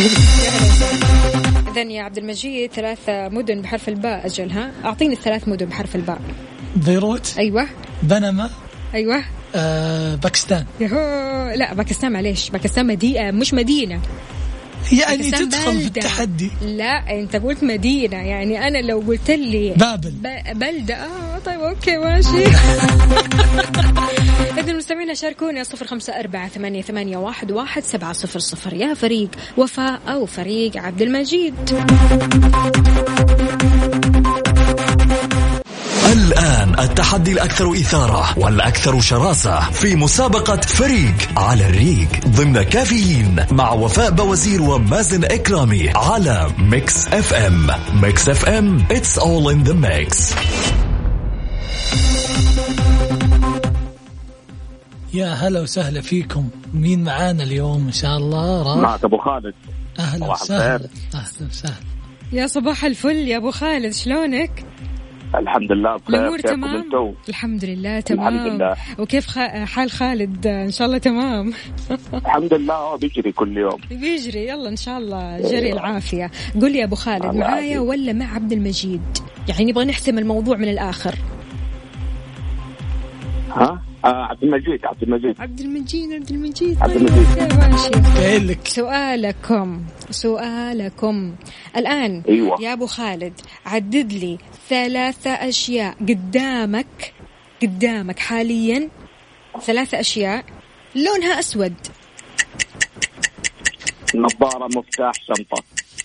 إذن يا عبد المجيد ثلاثة مدن بحرف الباء. أجل ها أعطيني الثلاث مدن بحرف الباء. بيروت. أيوة. بنما. أيوة. آه باكستان. يهو لا باكستان معليش. باكستان مدينة مش مدينة يعني تدخل في التحدي. لا أنت قلت مدينة يعني أنا لو قلت لي بابل ب... بلدة آه طيب أوكي ماشي. إذن المستمعين شاركونا صفر خمسة أربعة ثمانية ثمانية واحد واحد سبعة صفر صفر يا فريق وفاء أو فريق عبد المجيد. الآن التحدي الأكثر إثارة والأكثر شراسة في مسابقة فريق على الريق ضمن كافيين مع وفاء بوزير ومازن إكرامي على ميكس اف ام. ميكس اف ام it's all in the mix. يا هلا وسهلا فيكم. مين معانا اليوم إن شاء الله؟ راح معك أبو خالد. أهلا وسهلا. أهلا وسهلا. يا صباح الفل يا أبو خالد شلونك؟ الحمد لله بخير. تمام الحمد لله تمام. الحمد لله. وكيف حال خالد؟ إن شاء الله تمام. الحمد لله بيجري كل يوم بيجري. يلا إن شاء الله جري العافية. قل لي يا أبو خالد معايا ولا مع عبد المجيد؟ يعني نبغى نحسم الموضوع من الآخر. ها آه عبد المجيد. عبد المجيد عبد المجيد عبد المجيد عبد المجيد. ماشي. لك سؤالكم سؤالكم الآن. أيوة. يا أبو خالد عدد لي ثلاثة أشياء قدامك قدامك حاليا. ثلاثة أشياء لونها أسود. نظارة مفتاح شنطة.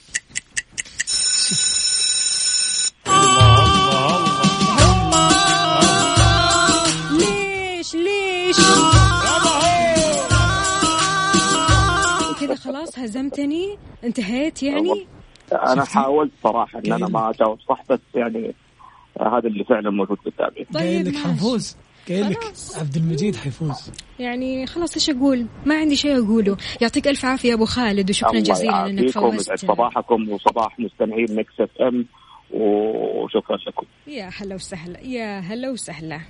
كذا خلاص هزمتني انتهيت يعني. أنا حاولت صراحة إن أنا ما أجاوب صح بس يعني هذا اللي فعلا موجود قدامي. قايل لك حنفوز. قايل لك عبد المجيد حيفوز يعني. خلاص إيش أقول؟ ما عندي شيء أقوله. يعطيك ألف عافية يا أبو خالد وشكرا جزيلا إنك فوزت. صباحكم وصباح مستمعين ميكس اف ام وشكرا لكم. يا هلا وسهلا يا هلا وسهلا.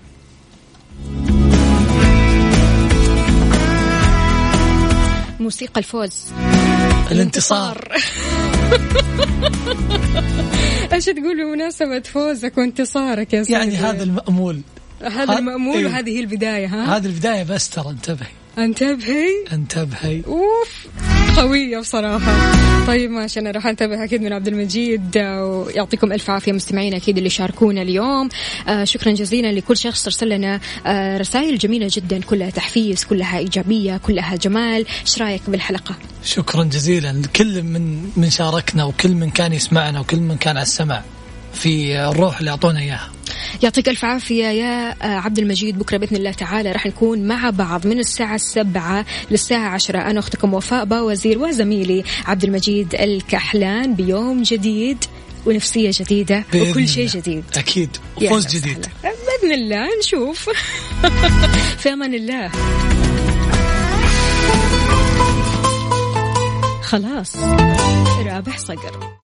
موسيقى الفوز الانتصار. ايش تقول بمناسبة فوزك وانتصارك يا سيدي؟ يعني هذا المأمول. هذا المأمول. إيه؟ وهذه هي البداية. ها هذه البداية بس ترى انتبهي انتبهي انتبهي. اوف قوية بصراحة. طيب ماشي أنا راح أنتبه أكيد من عبد المجيد. ويعطيكم ألف عافية مستمعين أكيد اللي شاركونا اليوم. آه شكرا جزيلا لكل شخص أرسل لنا آه رسائل جميلة جدا كلها تحفيز كلها إيجابية كلها جمال. إيش رأيك بالحلقة؟ شكرا جزيلا كل من من شاركنا وكل من كان يسمعنا وكل من كان على السمع في الروح اللي أعطونا إياها. يعطيك ألف عافية يا عبد المجيد. بكرة بإذن الله تعالى راح نكون مع بعض من الساعة السبعة للساعة عشرة. أنا أختكم وفاء باوزير وزميلي عبد المجيد الكحلان بيوم جديد ونفسية جديدة وكل شيء جديد أكيد وفوز جديد بإذن الله. نشوف. في أمان الله. خلاص رابح صقر.